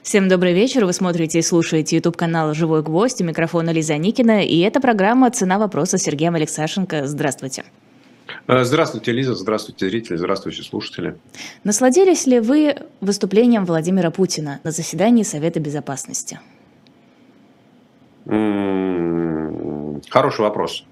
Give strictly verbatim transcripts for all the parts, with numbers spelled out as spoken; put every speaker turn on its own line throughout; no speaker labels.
Всем добрый вечер. Вы смотрите и слушаете YouTube-канал «Живой гвоздь». У микрофона Лиза Никина. И это программа «Цена вопроса» с Сергеем Алексашенко. Здравствуйте.
Здравствуйте, Лиза. Здравствуйте, зрители. Здравствуйте, слушатели.
Насладились ли вы выступлением Владимира Путина на заседании Совета Безопасности?
М-м, Хороший вопрос.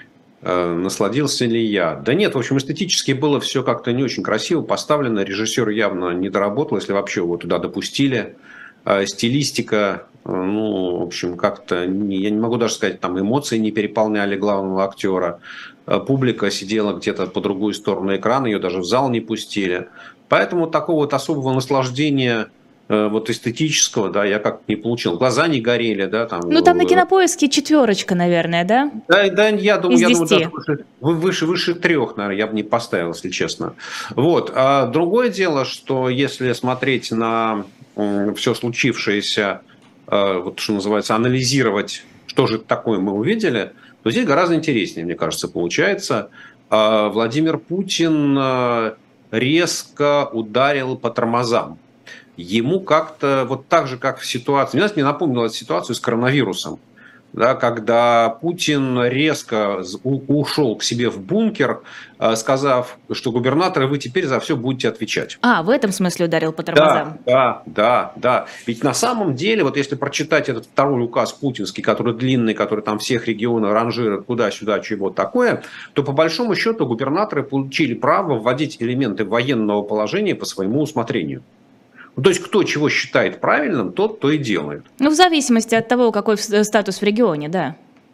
Э, Насладился ли я? Да нет, в общем, эстетически было все как-то не очень красиво поставлено. Режиссер явно не доработал, если вообще его туда допустили. Э, Стилистика, э, ну, в общем, как-то, не- я не могу даже сказать, там эмоции не переполняли главного актера. Э, Публика сидела где-то по другую сторону экрана, ее даже в зал не пустили. Поэтому такого вот особого наслаждения э, вот эстетического, да, я как-то не получил. Глаза не горели, да,
Ну, там на
там.
Кинопоиске четверочка, наверное, да?
Да, да, я думаю,
Из
я думаю, даже
десяти.
выше, вы- выше, выше трех, наверное, я бы не поставил, если честно. Вот. А другое дело, что если смотреть на все случившееся, э, вот что называется, анализировать, что же это такое мы увидели, то здесь гораздо интереснее, мне кажется, получается. А Владимир Путин э, резко ударил по тормозам. Ему как-то, вот так же, как в ситуации, мне напомнило ситуацию с коронавирусом, да, когда Путин резко ушел к себе в бункер, э, сказав, что губернаторы, вы теперь за все будете отвечать.
А, в этом смысле ударил по
Да,
тормозам.
да, да, да. Ведь на самом деле, вот если прочитать этот второй указ путинский, который длинный, который там всех регионов ранжирует куда-сюда, чего такое, то по большому счету губернаторы получили право вводить элементы военного положения по своему усмотрению. Ну, то есть кто чего считает правильным, тот то и делает.
Ну, в зависимости от того, какой в- статус в регионе, да.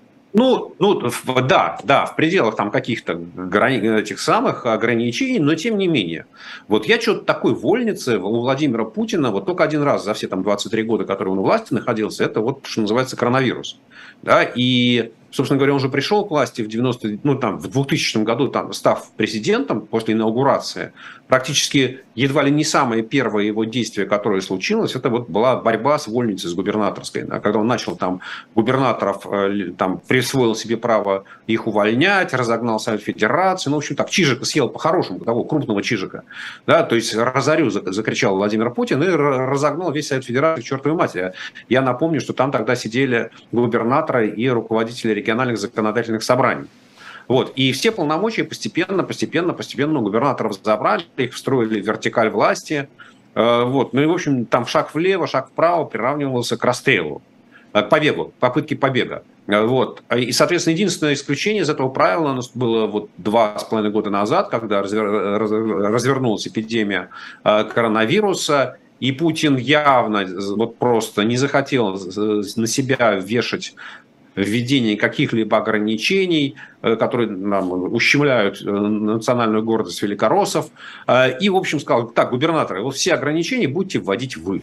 Ну, ну, в- да, да, в пределах там каких-то грани- этих самых ограничений, но тем не менее. Вот я что-то такой вольницы у Владимира Путина вот только один раз за все там двадцать три года, которые он у власти находился, это вот, что называется, коронавирус. Да, и, собственно говоря, он же пришел к власти в девяностом, ну, там, в двухтысячном году, там, став президентом после инаугурации, практически едва ли не самое первое его действие, которое случилось, это вот была борьба с вольницей, с губернаторской. Да, когда он начал там губернаторов, э, там, присвоил себе право их увольнять, разогнал Совет Федерации, ну, в общем, так, Чижика съел по-хорошему, того крупного Чижика. Да, то есть разорю, закричал Владимир Путин и разогнал весь Совет Федерации к чертовой матери. Я напомню, что там тогда сидели губернаторы и руководители региональных законодательных собраний. Вот. И все полномочия постепенно, постепенно, постепенно у губернаторов забрали, их встроили в вертикаль власти. Э, Вот. Ну и, в общем, там шаг влево, шаг вправо приравнивался к расстрелу, э, к побегу, к попытке побега. Э, Вот. И, соответственно, единственное исключение из этого правила у нас было вот два с половиной года назад, когда развер- раз- развернулась эпидемия э, коронавируса, и Путин явно вот просто не захотел на себя вешать введение каких-либо ограничений, э, которые нам ущемляют э, национальную гордость великороссов. Э, И, в общем, сказал, так, губернаторы, вот все ограничения будете вводить вы.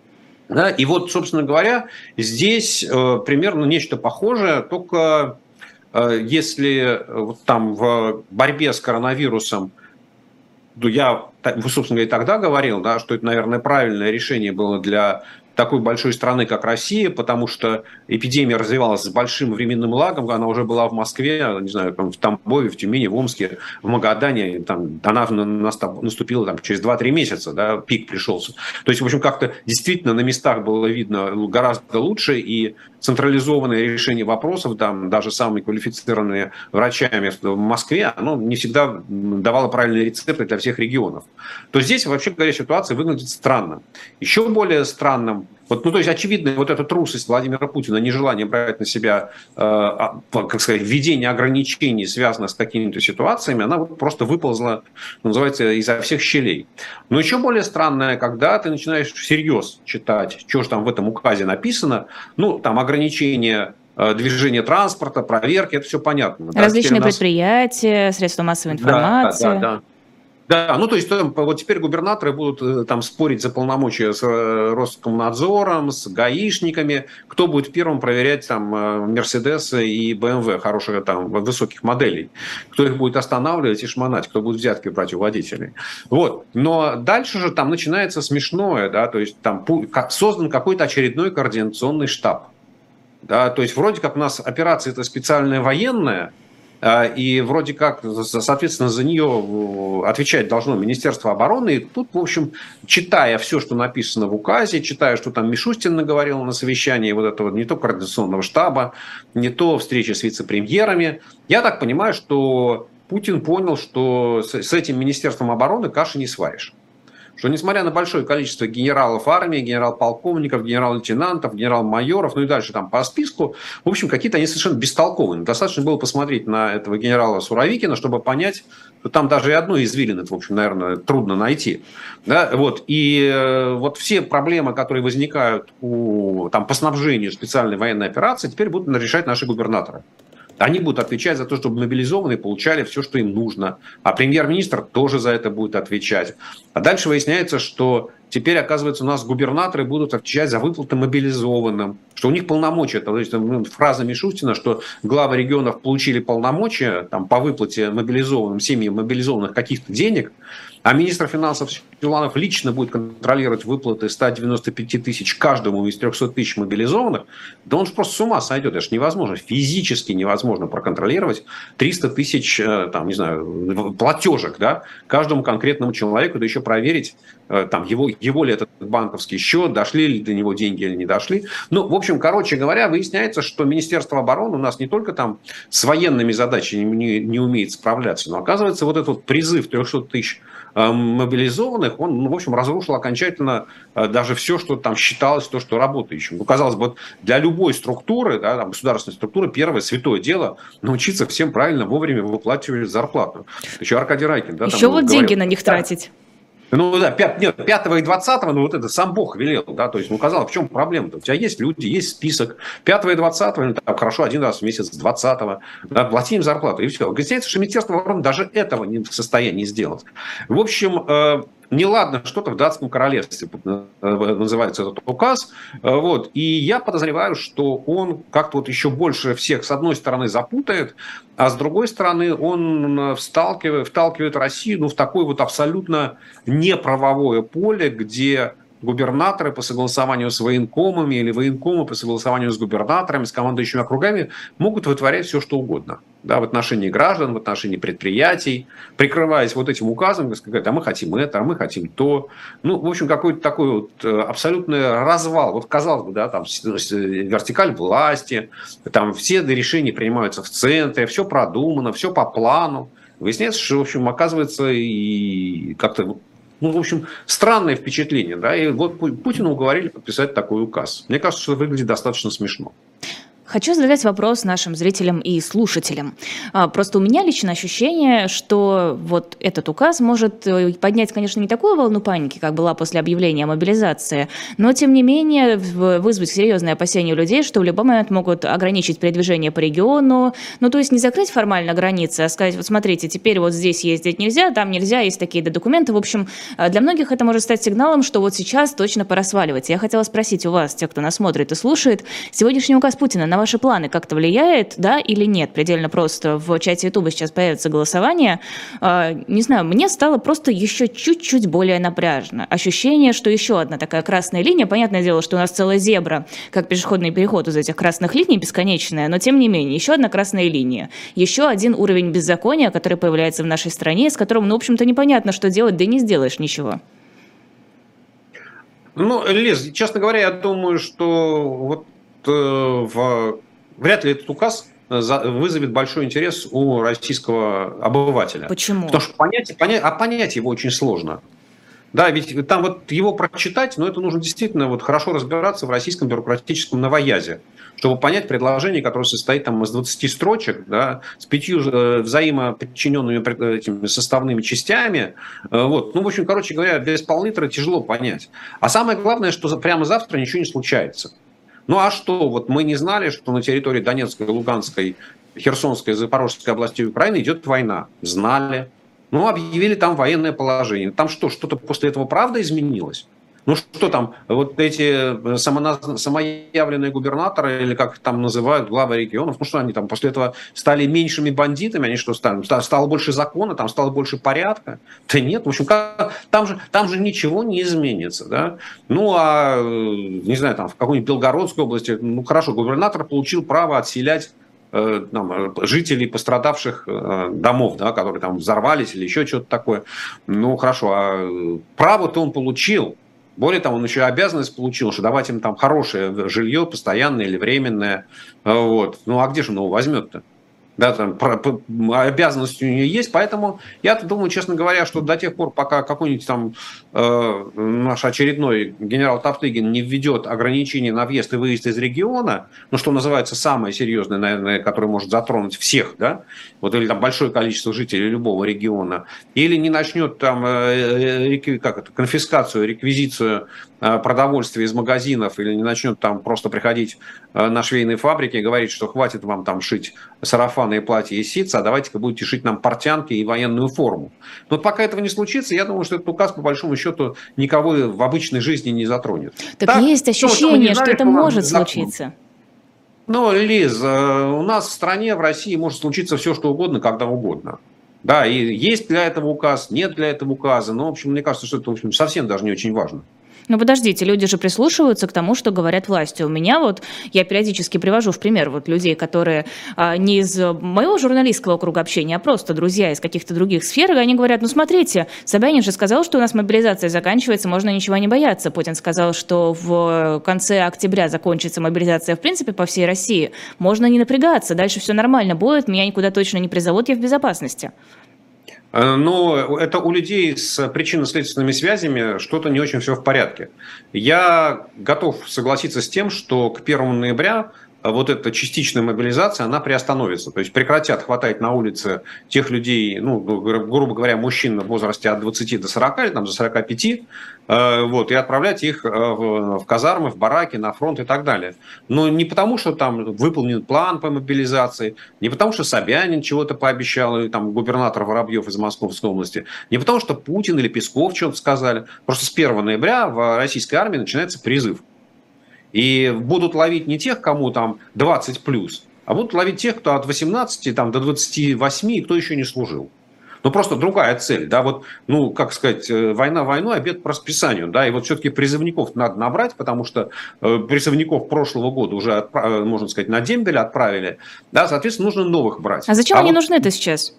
Да? И вот, собственно говоря, здесь э, примерно нечто похожее, только э, если э, вот там в борьбе с коронавирусом, ну, я, собственно говоря, тогда говорил, да, что это, наверное, правильное решение было для такой большой страны, как Россия, потому что эпидемия развивалась с большим временным лагом, она уже была в Москве, не знаю, там, в Тамбове, в Тюмени, в Омске, в Магадане, там, она наступила там, через два-три месяца, да, пик пришелся. То есть, в общем, как-то действительно на местах было видно гораздо лучше, и централизованное решение вопросов, там, даже самые квалифицированные врачами в Москве, оно не всегда давало правильные рецепты для всех регионов. То здесь, вообще говоря, ситуация выглядит странно. Еще более странным, вот, ну, то есть, очевидно, вот эта трусость Владимира Путина, нежелание брать на себя, э, как сказать, введение ограничений, связанных с какими-то ситуациями, она вот просто выползла, называется, изо всех щелей. Но еще более странное, когда ты начинаешь всерьез читать, что же там в этом указе написано, ну, там ограничения э, движения транспорта, проверки, это все понятно. Да? Теперь у
Различные
нас...
предприятия, средства массовой
Да, да,
информации.
да. Да, ну то есть там, вот теперь губернаторы будут э, там спорить за полномочия с э, Роскомнадзором, с гаишниками, кто будет первым проверять там э, Мерседесы и бэ эм вэ хороших там высоких моделей, кто их будет останавливать и шмонать, кто будет взятки брать у водителей. Вот. Но дальше же там начинается смешное, да, то есть там создан какой-то очередной координационный штаб. Да, то есть вроде как у нас операция это специальная военная, и вроде как, соответственно, за нее отвечать должно Министерство обороны. И тут, в общем, читая все, что написано в указе, читая, что там Мишустин наговорил на совещании вот этого не то координационного штаба, не то встречи с вице-премьерами, я так понимаю, что Путин понял, что с этим Министерством обороны каши не сваришь. Что несмотря на большое количество генералов армии, генерал-полковников, генерал-лейтенантов, генерал-майоров, ну и дальше там по списку, в общем, какие-то они совершенно бестолковые. Достаточно было посмотреть на этого генерала Суровикина, чтобы понять, что там даже и одной извилины, в общем, наверное, трудно найти. Да? Вот. И э, вот все проблемы, которые возникают у, там, по снабжению специальной военной операции, теперь будут решать наши губернаторы. Они будут отвечать за то, чтобы мобилизованные получали все, что им нужно. А премьер-министр тоже за это будет отвечать. А дальше выясняется, что теперь, оказывается, у нас губернаторы будут отвечать за выплаты мобилизованным. Что у них полномочия. То есть, фраза Мишустина, что главы регионов получили полномочия там, по выплате мобилизованным, семьям мобилизованных каких-то денег, а министр финансов Силуанов лично будет контролировать выплаты ста девяноста пяти тысяч каждому из трехсот тысяч мобилизованных, да он же просто с ума сойдет. Это же невозможно, физически невозможно проконтролировать триста тысяч, там, не знаю, платежек, да, каждому конкретному человеку, да еще проверить, там, его, его ли этот банковский счет, дошли ли до него деньги или не дошли. Ну, в общем, короче говоря, выясняется, что Министерство обороны у нас не только там с военными задачами не, не умеет справляться, но, оказывается, вот этот вот призыв трехсот тысяч мобилизованных, он, ну, в общем, разрушил окончательно даже все, что там считалось, то, что работающим. Ну, казалось бы, для любой структуры, да, там, государственной структуры, первое святое дело научиться всем правильно вовремя выплачивать зарплату. Еще Аркадий Райкин. Да,
Еще
там,
вот
говорил,
деньги на них тратить.
Ну да, пят, нет, пятого и двадцатого, ну вот это сам Бог велел, да, то есть, ну, казалось, в чем проблема-то? У тебя есть люди, есть список, пятого и двадцатого, ну, там, хорошо, один раз в месяц, двадцатого, да, плати им зарплату, и все. Выясняется, что Министерство обороны даже этого не в состоянии сделать. В общем, э, неладно что-то в датском королевстве, называется этот указ, вот, и я подозреваю, что он как-то вот еще больше всех, с одной стороны, запутает, а с другой стороны, он вталкивает, вталкивает Россию, ну, в такое вот абсолютно неправовое поле, где губернаторы по согласованию с военкомами или военкомы по согласованию с губернаторами, с командующими округами могут вытворять все, что угодно. Да, в отношении граждан, в отношении предприятий, прикрываясь вот этим указом, сказать, а мы хотим это, а мы хотим то. Ну, в общем, какой-то такой вот абсолютный развал. Вот, казалось бы, да, там вертикаль власти, там все решения принимаются в центре, все продумано, все по плану. Выясняется, что, в общем, оказывается, и как-то... Ну, в общем, странное впечатление, да, и вот Путина уговорили подписать такой указ. Мне кажется, что это выглядит достаточно смешно.
Хочу задать вопрос нашим зрителям и слушателям. Просто у меня лично ощущение, что вот этот указ может поднять, конечно, не такую волну паники, как была после объявления о мобилизации, но, тем не менее, вызвать серьезные опасения у людей, что в любой момент могут ограничить передвижение по региону, ну, то есть не закрыть формально границы, а сказать, вот смотрите, теперь вот здесь ездить нельзя, там нельзя, есть такие-то документы. В общем, для многих это может стать сигналом, что вот сейчас точно пора сваливать. Я хотела спросить у вас, тех, кто нас смотрит и слушает, сегодняшний указ Путина на ваши планы как-то влияет, да, или нет? Предельно просто. В чате Ютуба сейчас появится голосование. Не знаю, мне стало просто еще чуть-чуть более напряжно. Ощущение, что еще одна такая красная линия. Понятное дело, что у нас целая зебра, как пешеходный переход из этих красных линий, бесконечная, но тем не менее, еще одна красная линия. Еще один уровень беззакония, который появляется в нашей стране, с которым, ну, в общем-то, непонятно, что делать, да и не сделаешь ничего.
Ну, Лиз, честно говоря, я думаю, что вот э, в... вряд ли этот указ вызовет большой интерес у российского обывателя.
Почему?
Потому что понять, понять, а понять его очень сложно. Да, ведь там вот его прочитать, но это нужно действительно вот хорошо разбираться в российском бюрократическом новоязе, чтобы понять предложение, которое состоит там из двадцати строчек, да, с пятью взаимоподчиненными этими составными частями. Вот. Ну, в общем, короче говоря, без пол-литра тяжело понять. А самое главное, что прямо завтра ничего не случается. Ну а что? Вот мы не знали, что на территории Донецкой, Луганской, Херсонской, Запорожской областей Украины идет война. Знали. Ну, объявили там военное положение. Там что, что-то после этого правда изменилось? Ну что там, вот эти самоназ... самоявленные губернаторы, или как их там называют, главы регионов, ну что они там после этого стали меньшими бандитами, они что, стали, стало больше закона, там стало больше порядка? Да нет, в общем, как... там, же, там же ничего не изменится, да? Ну, а, не знаю, там в какой-нибудь Белгородской области, ну хорошо, губернатор получил право отселять э, там, жителей пострадавших э, домов, да, которые там взорвались или еще что-то такое. Ну, хорошо, а право-то он получил. Более того, он еще обязанность получил, что давать им там хорошее жилье, постоянное или временное. Вот. Ну, а где же он его возьмет-то? Да, там про, про, обязанности у нее есть, поэтому я думаю, честно говоря, что до тех пор, пока какой-нибудь там э, наш очередной генерал Топтыгин не введет ограничения на въезд и выезд из региона, ну, что называется, самое серьезное, наверное, которое может затронуть всех, да, вот, или там большое количество жителей любого региона, или не начнет там э, э, как это, конфискацию, реквизицию э, продовольствия из магазинов, или не начнет там просто приходить э, на швейные фабрики и говорить, что хватит вам там шить сарафаны и платья и ситца, а давайте-ка будете шить нам портянки и военную форму. Но вот пока этого не случится, я думаю, что этот указ, по большому счету, никого в обычной жизни не затронет.
Так, так есть ощущение, что, что это может случиться.
Ну, Лиз, у нас в стране, в России может случиться все, что угодно, когда угодно. Да, и есть для этого указ, нет для этого указа. Но, в общем, мне кажется, что это, в общем, совсем даже не очень важно.
Ну, подождите, люди же прислушиваются к тому, что говорят власти. У меня вот, я периодически привожу в пример вот людей, которые а, не из моего журналистского круга общения, а просто друзья из каких-то других сфер, и они говорят, ну, смотрите, Собянин же сказал, что у нас мобилизация заканчивается, можно ничего не бояться. Путин сказал, что в конце октября закончится мобилизация, в принципе, по всей России. Можно не напрягаться, дальше все нормально будет, меня никуда точно не призовут, я в безопасности.
Но это у людей с причинно-следственными связями что-то не очень все в порядке. Я готов согласиться с тем, что к первому ноября вот эта частичная мобилизация, она приостановится. То есть прекратят хватать на улице тех людей, ну, грубо говоря, мужчин в возрасте от двадцати до сорока или там, до сорока пяти, э, вот, и отправлять их в, в казармы, в бараки, на фронт и так далее. Но не потому, что там выполнен план по мобилизации, не потому, что Собянин чего-то пообещал, или там губернатор Воробьев из Московской области, не потому, что Путин или Песков что-то сказали. Просто с первого ноября в российской армии начинается призыв. И будут ловить не тех, кому там двадцать плюс, а будут ловить тех, кто от восемнадцати там, до двадцати восьми, кто еще не служил. Ну, просто другая цель, да, вот, ну, как сказать, война войной, обед по расписанию, да, и вот все-таки призывников надо набрать, потому что э, призывников прошлого года уже, отправ... можно сказать, на дембель отправили, да, соответственно, нужно новых брать.
А зачем
а
они
вот...
нужны-то сейчас?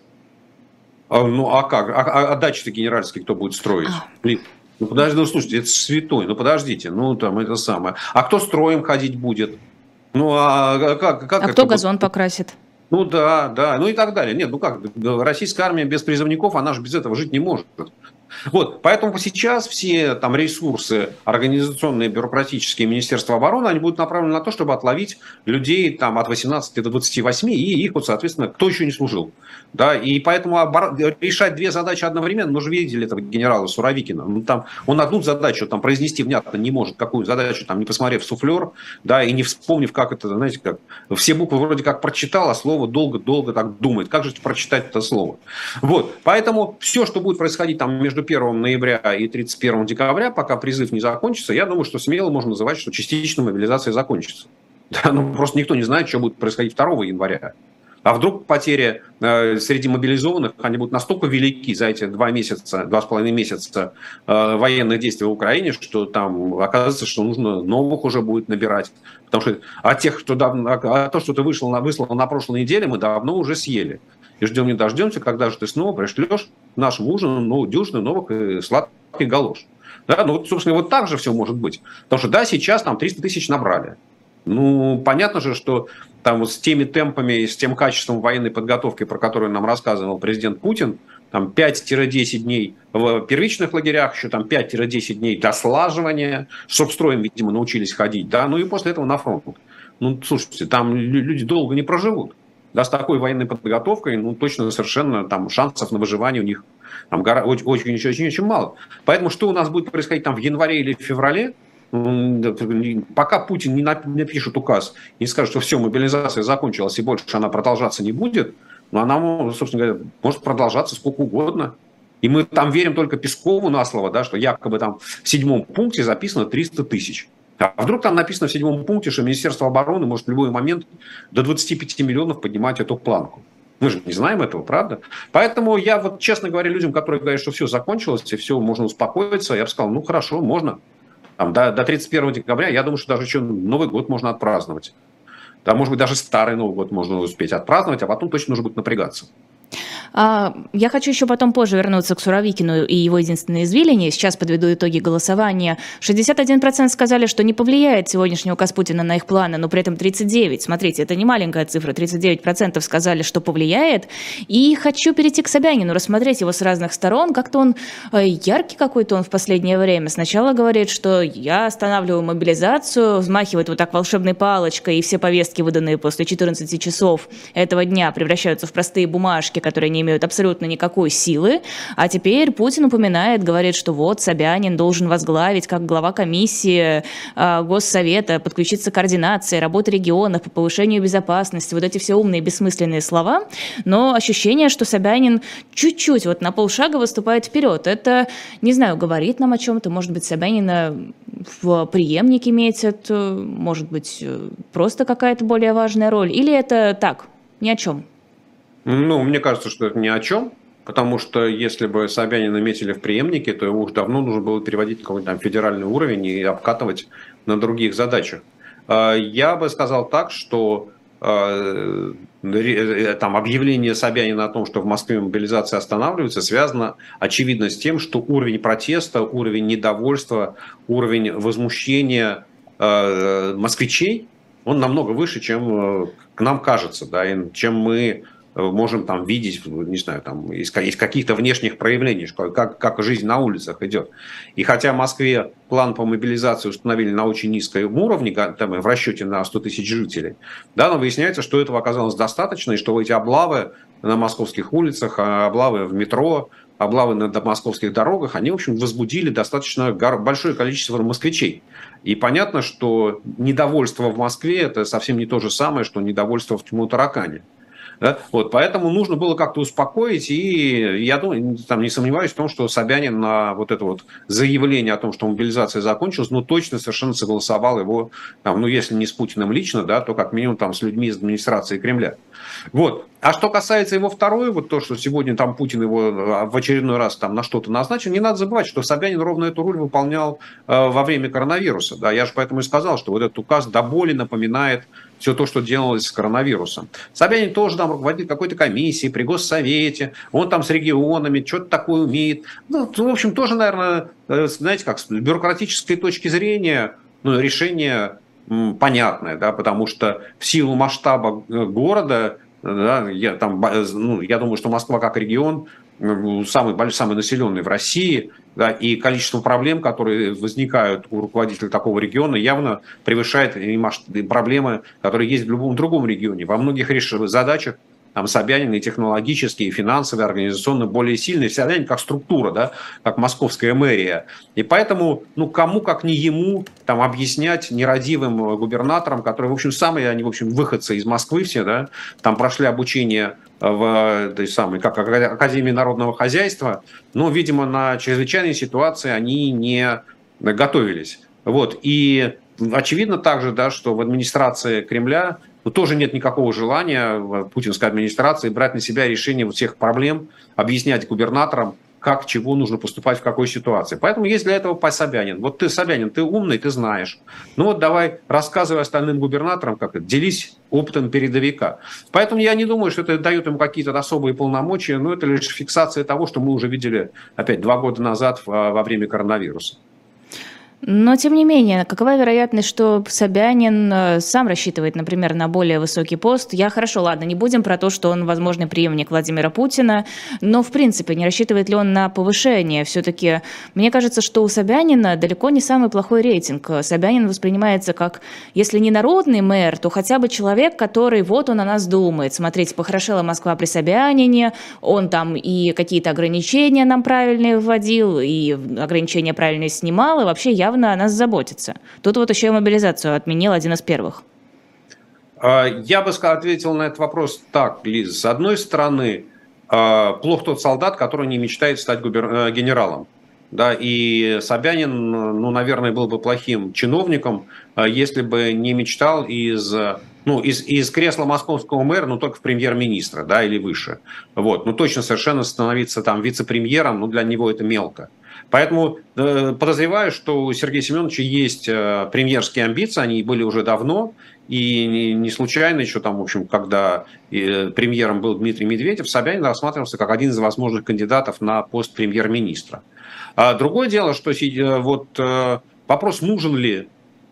А, ну, а как? А, а дачи-то генеральские кто будет строить? А. Ну, подождите, ну, слушайте, это святой, ну, подождите, ну, там, это самое. А кто строем ходить будет? Ну, а как? как
а кто газон будет? Покрасит?
Ну, да, да, ну и так далее. Нет, ну как, российская армия без призывников, она же без этого жить не может. Вот, поэтому сейчас все там ресурсы организационные, бюрократические Министерства обороны, они будут направлены на то, чтобы отловить людей там от восемнадцати до двадцати восьми и их вот, соответственно, кто еще не служил. Да, и поэтому обор... решать две задачи одновременно, мы же видели этого генерала Суровикина, ну, там, он одну задачу там произнести внятно не может, какую задачу, там, не посмотрев суфлер, да, и не вспомнив, как это, знаете, как все буквы вроде как прочитал, а слово долго-долго так думает, как же прочитать это слово. Вот, поэтому все, что будет происходить там между первого ноября и тридцать первого декабря, пока призыв не закончится, я думаю, что смело можно называть, что частично мобилизация закончится. Да, ну, просто никто не знает, что будет происходить второго января. А вдруг потери э, среди мобилизованных, они будут настолько велики за эти два месяца, два с половиной месяца э, военных действий в Украине, что там оказывается, что нужно новых уже будет набирать. Потому что а тех, кто давно, а то, что ты вышел на, выслал на прошлой неделе, мы давно уже съели. И ждем не дождемся, когда же ты снова пришлешь нашим ужинам ну, дюжину новых и сладких галош. Да, ну, вот, собственно, вот так же все может быть. Потому что, да, сейчас там триста тысяч набрали. Ну, понятно же, что там вот с теми темпами и с тем качеством военной подготовки, про которую нам рассказывал президент Путин, там пять-десять дней в первичных лагерях, еще там пять-десять дней до слаживания, чтоб строем, видимо, научились ходить, да, ну и после этого на фронт. Ну, слушайте, там люди долго не проживут. Да, с такой военной подготовкой, ну, точно совершенно там шансов на выживание у них там, очень-очень мало. Поэтому что у нас будет происходить там в январе или в феврале, пока Путин не напишет указ и не скажет, что все, мобилизация закончилась и больше она продолжаться не будет, но она, собственно говоря, может продолжаться сколько угодно. И мы там верим только Пескову на слово, да, что якобы там в седьмом пункте записано триста тысяч. А вдруг там написано в седьмом пункте, что Министерство обороны может в любой момент до двадцати пяти миллионов поднимать эту планку. Мы же не знаем этого, правда? Поэтому я вот, честно говоря, людям, которые говорят, что все закончилось, и все, можно успокоиться, я бы сказал, ну хорошо, можно. Там, до, до тридцать первого декабря, я думаю, что даже еще Новый год можно отпраздновать. Да, может быть, даже старый Новый год можно успеть отпраздновать, а потом точно нужно будет напрягаться.
А, Я хочу еще потом позже вернуться к Суровикину и его единственной извилине. Сейчас подведу итоги голосования. шестьдесят один процент сказали, что не повлияет сегодняшний указ Путина на их планы, но при этом тридцать девять процентов, смотрите, это не маленькая цифра, тридцать девять процентов сказали, что повлияет. И хочу перейти к Собянину, рассмотреть его с разных сторон. Как-то он э, яркий какой-то он в последнее время. Сначала говорит, что я останавливаю мобилизацию, взмахивает вот так волшебной палочкой, и все повестки, выданные после четырнадцати часов этого дня, превращаются в простые бумажки, которые не имеют абсолютно никакой силы. А теперь Путин упоминает, говорит, что вот Собянин должен возглавить, как глава комиссии э, Госсовета, подключиться к координации, работы регионов по повышению безопасности. Вот эти все умные, бессмысленные слова. Но ощущение, что Собянин чуть-чуть вот на полшага выступает вперед. Это, не знаю, говорит нам о чем-то. Может быть, Собянина в преемнике метит. Может быть, просто какая-то более важная роль. Или это так, ни о чем?
Ну, мне кажется, что это ни о чем, потому что если бы Собянина метили в преемнике, то его уже давно нужно было переводить на какой-то там федеральный уровень и обкатывать на других задачах. Я бы сказал так, что там объявление Собянина о том, что в Москве мобилизация останавливается, связано очевидно с тем, что уровень протеста, уровень недовольства, уровень возмущения москвичей, он намного выше, чем к нам кажется, да, и чем мы можем там видеть, не знаю, там, из, из каких-то внешних проявлений, как, как жизнь на улицах идет. И хотя в Москве план по мобилизации установили на очень низком уровне, там, в расчете на сто тысяч жителей, да, но выясняется, что этого оказалось достаточно, и что эти облавы на московских улицах, облавы в метро, облавы на московских дорогах, они, в общем, возбудили достаточно большое количество москвичей. И понятно, что недовольство в Москве – это совсем не то же самое, что недовольство в Тьму-Таракане. Да? Вот, поэтому нужно было как-то успокоить, и я думаю, там, не сомневаюсь в том, что Собянин на вот это вот заявление о том, что мобилизация закончилась, ну точно совершенно согласовал его, там, ну если не с Путиным лично, да, то как минимум там с людьми из администрации Кремля. Вот. А что касается его второй, вот то, что сегодня там Путин его в очередной раз там на что-то назначил, не надо забывать, что Собянин ровно эту роль выполнял э, во время коронавируса. Да? Я же поэтому и сказал, что вот этот указ до боли напоминает все то, что делалось с коронавирусом. Собянин тоже там руководит какой-то комиссией при Госсовете, он там с регионами что-то такое умеет. Ну, в общем, тоже, наверное, знаете, как с бюрократической точки зрения, ну, решение м, понятное, да, потому что в силу масштаба города, да, я, там, ну, я думаю, что Москва как регион самый большой, самый населенный в России, да, и количество проблем, которые возникают у руководителя такого региона, явно превышает и проблемы, которые есть в любом другом регионе. Во многих задачах там Собянин и технологические, и финансовые, и организационно более сильные, Собянин как структура, да, как московская мэрия. И поэтому, ну, кому, как не ему, там, объяснять нерадивым губернаторам, которые, в общем, самые, они, в общем, выходцы из Москвы все, да, там прошли обучение в той самой, как Академии народного хозяйства, но, видимо, на чрезвычайные ситуации они не готовились. Вот. И очевидно также, да, что в администрации Кремля ну, тоже нет никакого желания в путинской администрации брать на себя решение всех проблем, объяснять губернаторам, как, чего нужно поступать в какой ситуации. Поэтому есть для этого Собянин. Вот ты, Собянин, ты умный, ты знаешь. Ну вот давай рассказывай остальным губернаторам, как это, делись опытом передовика. Поэтому я не думаю, что это дает им какие-то особые полномочия, но это лишь фиксация того, что мы уже видели опять два года назад во время коронавируса.
Но, тем не менее, какова вероятность, что Собянин сам рассчитывает, например, на более высокий пост? Я хорошо, ладно, не будем про то, что он возможный преемник Владимира Путина, но, в принципе, не рассчитывает ли он на повышение? Все-таки, мне кажется, что у Собянина далеко не самый плохой рейтинг. Собянин воспринимается как, если не народный мэр, то хотя бы человек, который вот он о нас думает. Смотрите, похорошела Москва при Собянине, он там и какие-то ограничения нам правильные вводил, и ограничения правильные снимал, и вообще я о нас заботится. Тут вот еще и мобилизацию отменил один из первых.
Я бы ответил на этот вопрос так, Лиз. С одной стороны, плох тот солдат, который не мечтает стать губер... генералом. Да, и Собянин, ну, наверное, был бы плохим чиновником, если бы не мечтал из, ну, из, из кресла московского мэра, ну, только в премьер-министра, да, или выше. Вот. Ну, точно совершенно становиться там вице-премьером, ну, для него это мелко. Поэтому э, подозреваю, что у Сергея Семеновича есть э, премьерские амбиции, они были уже давно, и не, не случайно еще там, в общем, когда э, премьером был Дмитрий Медведев, Собянин рассматривался как один из возможных кандидатов на пост премьер-министра. А другое дело, что э, вот э, вопрос, нужен ли,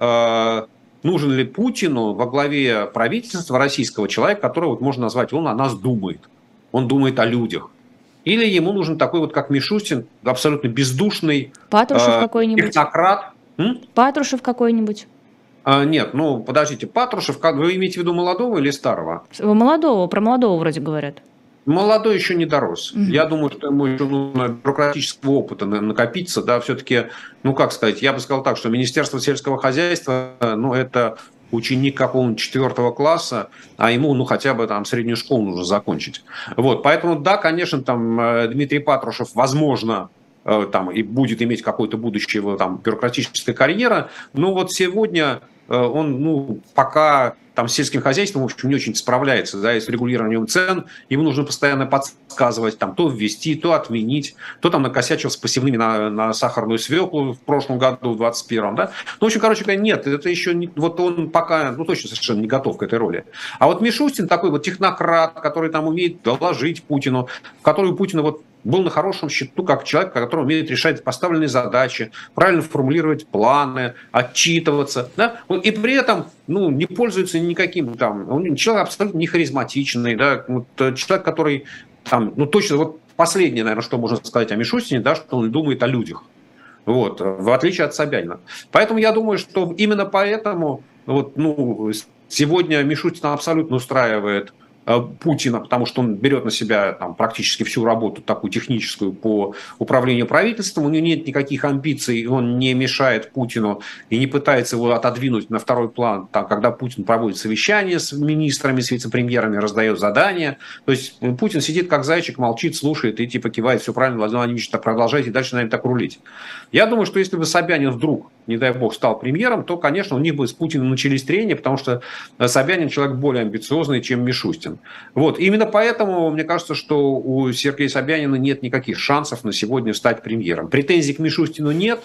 э, нужен ли Путину во главе правительства российского человек, которого вот можно назвать, он о нас думает, он думает о людях. Или ему нужен такой вот, как Мишустин, абсолютно бездушный
Патрушев
э,
какой-нибудь?
Технократ. М?
Патрушев какой-нибудь?
А, нет, ну подождите, Патрушев, как, вы имеете в виду молодого или старого?
Молодого, про молодого вроде говорят.
Молодой еще не дорос.
Угу.
Я думаю, что ему еще нужно бюрократического опыта накопиться, да, все-таки, ну как сказать, я бы сказал так, что Министерство сельского хозяйства, ну это ученик какого-нибудь четвертого класса, а ему, ну, хотя бы там среднюю школу нужно закончить. Вот, поэтому, да, конечно, там Дмитрий Патрушев, возможно, там и будет иметь какое-то будущее там бюрократическая карьера, но вот сегодня он, ну, пока там с сельским хозяйством, в общем, не очень справляется, да, и с регулированием цен, ему нужно постоянно подсказывать, там, то ввести, то отменить, то там накосячил с посевными на, на сахарную свеклу в прошлом году, в двадцать первом, да. Ну, в общем, короче говоря, нет, это еще не, вот он пока, ну, точно совершенно не готов к этой роли. А вот Мишустин такой вот технократ, который там умеет доложить Путину, который у Путина вот был на хорошем счету как человек, который умеет решать поставленные задачи, правильно формулировать планы, отчитываться, да, и при этом, ну, не пользуется никаким там, он человек абсолютно не харизматичный, да, вот, человек, который там, ну, точно, вот последнее, наверное, что можно сказать о Мишустине, да, что он думает о людях, вот, в отличие от Собянина. Поэтому я думаю, что именно поэтому, вот, ну, сегодня Мишустина абсолютно устраивает Путина, потому что он берет на себя там, практически всю работу такую техническую по управлению правительством, у него нет никаких амбиций, он не мешает Путину и не пытается его отодвинуть на второй план, там, когда Путин проводит совещания с министрами, с вице-премьерами, раздает задания. То есть Путин сидит как зайчик, молчит, слушает и типа кивает, все правильно, Владимир Владимирович, так продолжайте, дальше, наверное, так рулить. Я думаю, что если бы Собянин вдруг, не дай бог, стал премьером, то, конечно, у них бы с Путиным начались трения, потому что Собянин человек более амбициозный, чем Мишустин. Вот. Именно поэтому, мне кажется, что у Сергея Собянина нет никаких шансов на сегодня стать премьером. Претензий к Мишустину нет.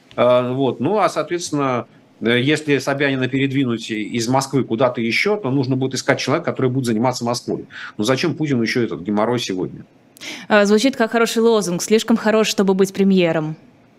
Вот. Ну, а, соответственно, если Собянина передвинуть из Москвы куда-то еще, то нужно будет искать человека, который будет заниматься Москвой. Но зачем Путину еще этот геморрой сегодня?
Звучит как хороший лозунг. Слишком хорош, чтобы быть премьером.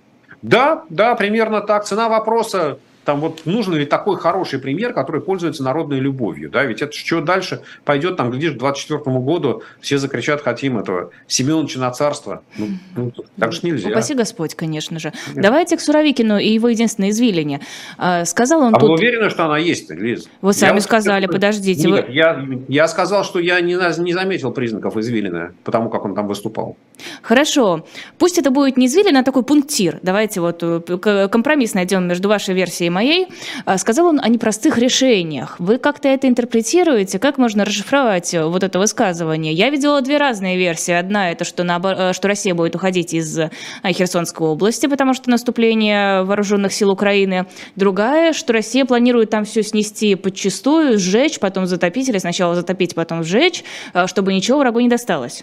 Да,
да, примерно так. Цена вопроса... Там вот нужен ли такой хороший премьер, который пользуется народной любовью, да, ведь это что дальше пойдет, там, глядишь, к двадцать четвёртому году все закричат, хотим этого Семеновича на царство. Ну, ну, так же нельзя.
Упаси Господь, конечно же. Конечно. Давайте к Суровикину и его единственной извилине. Сказал он
а
тут...
вы уверены, что она есть, Лиз?
Вы сами
я
сказали,
вот...
подождите.
Нет,
вы...
я, я сказал, что я не, не заметил признаков извилины, потому как он там выступал.
Хорошо. Пусть это будет не извилина, а такой пунктир. Давайте вот компромисс найдем между вашей версией и моей. Сказал он о непростых решениях. Вы как-то это интерпретируете? Как можно расшифровать вот это высказывание? Я видела две разные версии. Одна – это что, на, что Россия будет уходить из Херсонской области, потому что наступление вооруженных сил Украины. Другая, что Россия планирует там все снести подчистую, сжечь, потом затопить, или сначала затопить, потом сжечь, чтобы ничего врагу не досталось.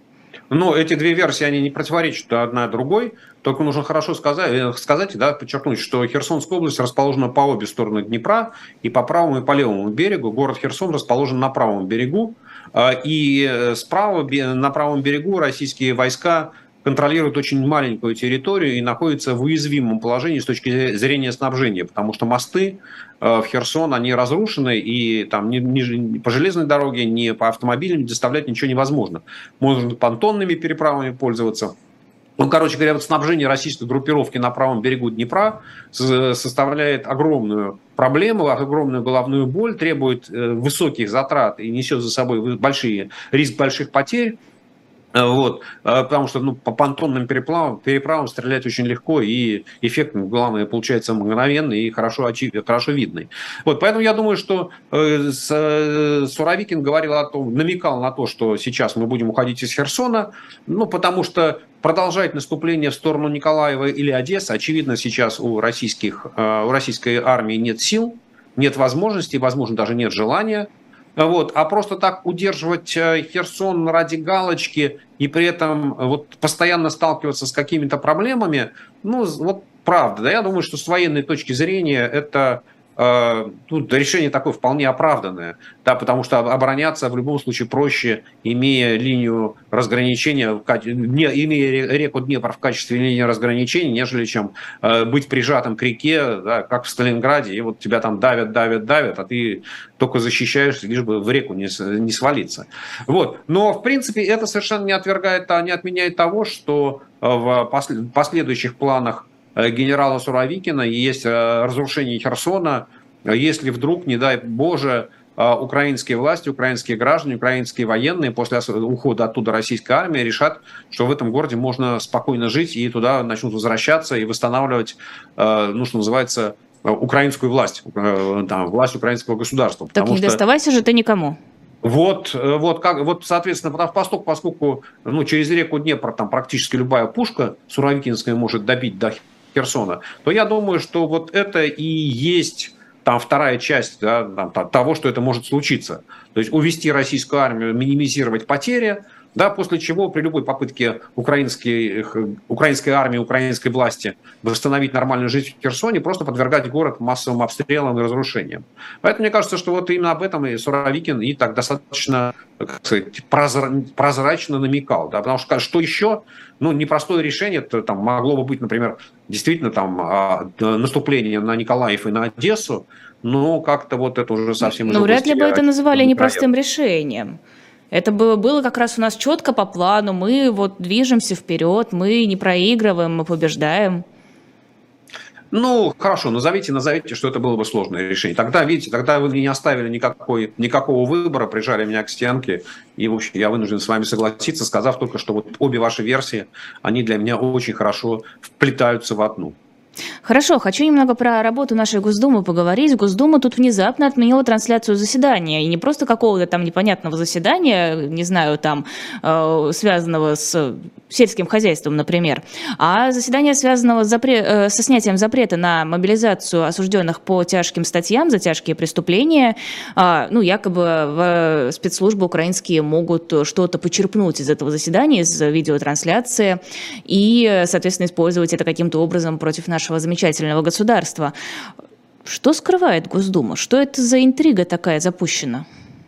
Но эти две версии, они не противоречат одна другой, только нужно хорошо сказать, сказать да, подчеркнуть, что Херсонская область расположена по обе стороны Днепра, и по правому и по левому берегу. Город Херсон расположен на правом берегу, и справа, на правом берегу российские войска контролируют очень маленькую территорию и находятся в уязвимом положении с точки зрения снабжения, потому что мосты в Херсон, они разрушены, и там ни, ни по железной дороге, ни по автомобилям доставлять ничего невозможно. Можно понтонными переправами пользоваться. Ну, короче говоря, вот снабжение российской группировки на правом берегу Днепра составляет огромную проблему, огромную головную боль, требует высоких затрат и несет за собой большие, риск больших потерь. Вот, потому что ну, по понтонным переправам, переправам стрелять очень легко, и эффект, главное, получается мгновенный и хорошо, очевидный, хорошо видный. Вот, поэтому я думаю, что э, с, э, Суровикин говорил о том, намекал на то, что сейчас мы будем уходить из Херсона, ну, потому что продолжать наступление в сторону Николаева или Одессы, очевидно, сейчас у, российских, э, у российской армии нет сил, нет возможностей, возможно, даже нет желания. Вот, а просто так удерживать Херсон ради галочки и при этом вот постоянно сталкиваться с какими-то проблемами, ну, вот правда, да, я думаю, что с военной точки зрения это э, тут решение такое вполне оправданное, да, потому что обороняться в любом случае проще, имея линию разграничения, имея реку Днепр в качестве линии разграничения, нежели чем э, быть прижатым к реке, да, как в Сталинграде, и вот тебя там давят, давят, давят, а ты только защищаешься, лишь бы в реку не, не свалиться. Вот. Но, в принципе, это совершенно не отвергает, не отменяет того, что в последующих планах генерала Суровикина есть разрушение Херсона, если вдруг, не дай Боже, украинские власти, украинские граждане, украинские военные после ухода оттуда российской армии решат, что в этом городе можно спокойно жить, и туда начнут возвращаться и восстанавливать, ну, что называется, украинскую власть, там, власть украинского государства.
Так не
что...
доставайся же ты никому.
Вот, вот, как, вот, соответственно, поскольку, поскольку ну, через реку Днепр там практически любая пушка суровикинская может добить до Херсона, то я думаю, что вот это и есть там вторая часть, да, там, того, что это может случиться. То есть увести российскую армию, минимизировать потери, да, после чего при любой попытке украинской, украинской армии, украинской власти восстановить нормальную жизнь в Херсоне, просто подвергать город массовым обстрелам и разрушениям. Поэтому мне кажется, что вот именно об этом и Суровикин и так достаточно, как сказать, прозрачно намекал. Да, потому что что еще, ну, непростое решение, это там могло бы быть, например, действительно там наступление на Николаев и на Одессу, но как-то вот это уже совсем...
Ну, вряд ли бы это называли непростым решением. Это было, было как раз у нас четко по плану, мы вот движемся вперед, мы не проигрываем, мы побеждаем.
Ну, хорошо, назовите, назовите, что это было бы сложное решение. Тогда, видите, тогда вы мне не оставили никакой, никакого выбора, прижали меня к стенке, и, в общем, я вынужден с вами согласиться, сказав только, что вот обе ваши версии, они для меня очень хорошо вплетаются в одну.
Хорошо, хочу немного про работу нашей Госдумы поговорить. Госдума тут внезапно отменила трансляцию заседания. И не просто какого-то там непонятного заседания, не знаю, там, э, связанного с сельским хозяйством, например, а заседание, связанного с запре- э, со снятием запрета на мобилизацию осужденных по тяжким статьям за тяжкие преступления. Э, ну, якобы в спецслужбы украинские могут что-то почерпнуть из этого заседания, из видеотрансляции, и, соответственно, использовать это каким-то образом против нашего замечательного государства. Что скрывает Госдума? Что это за интрига такая запущена?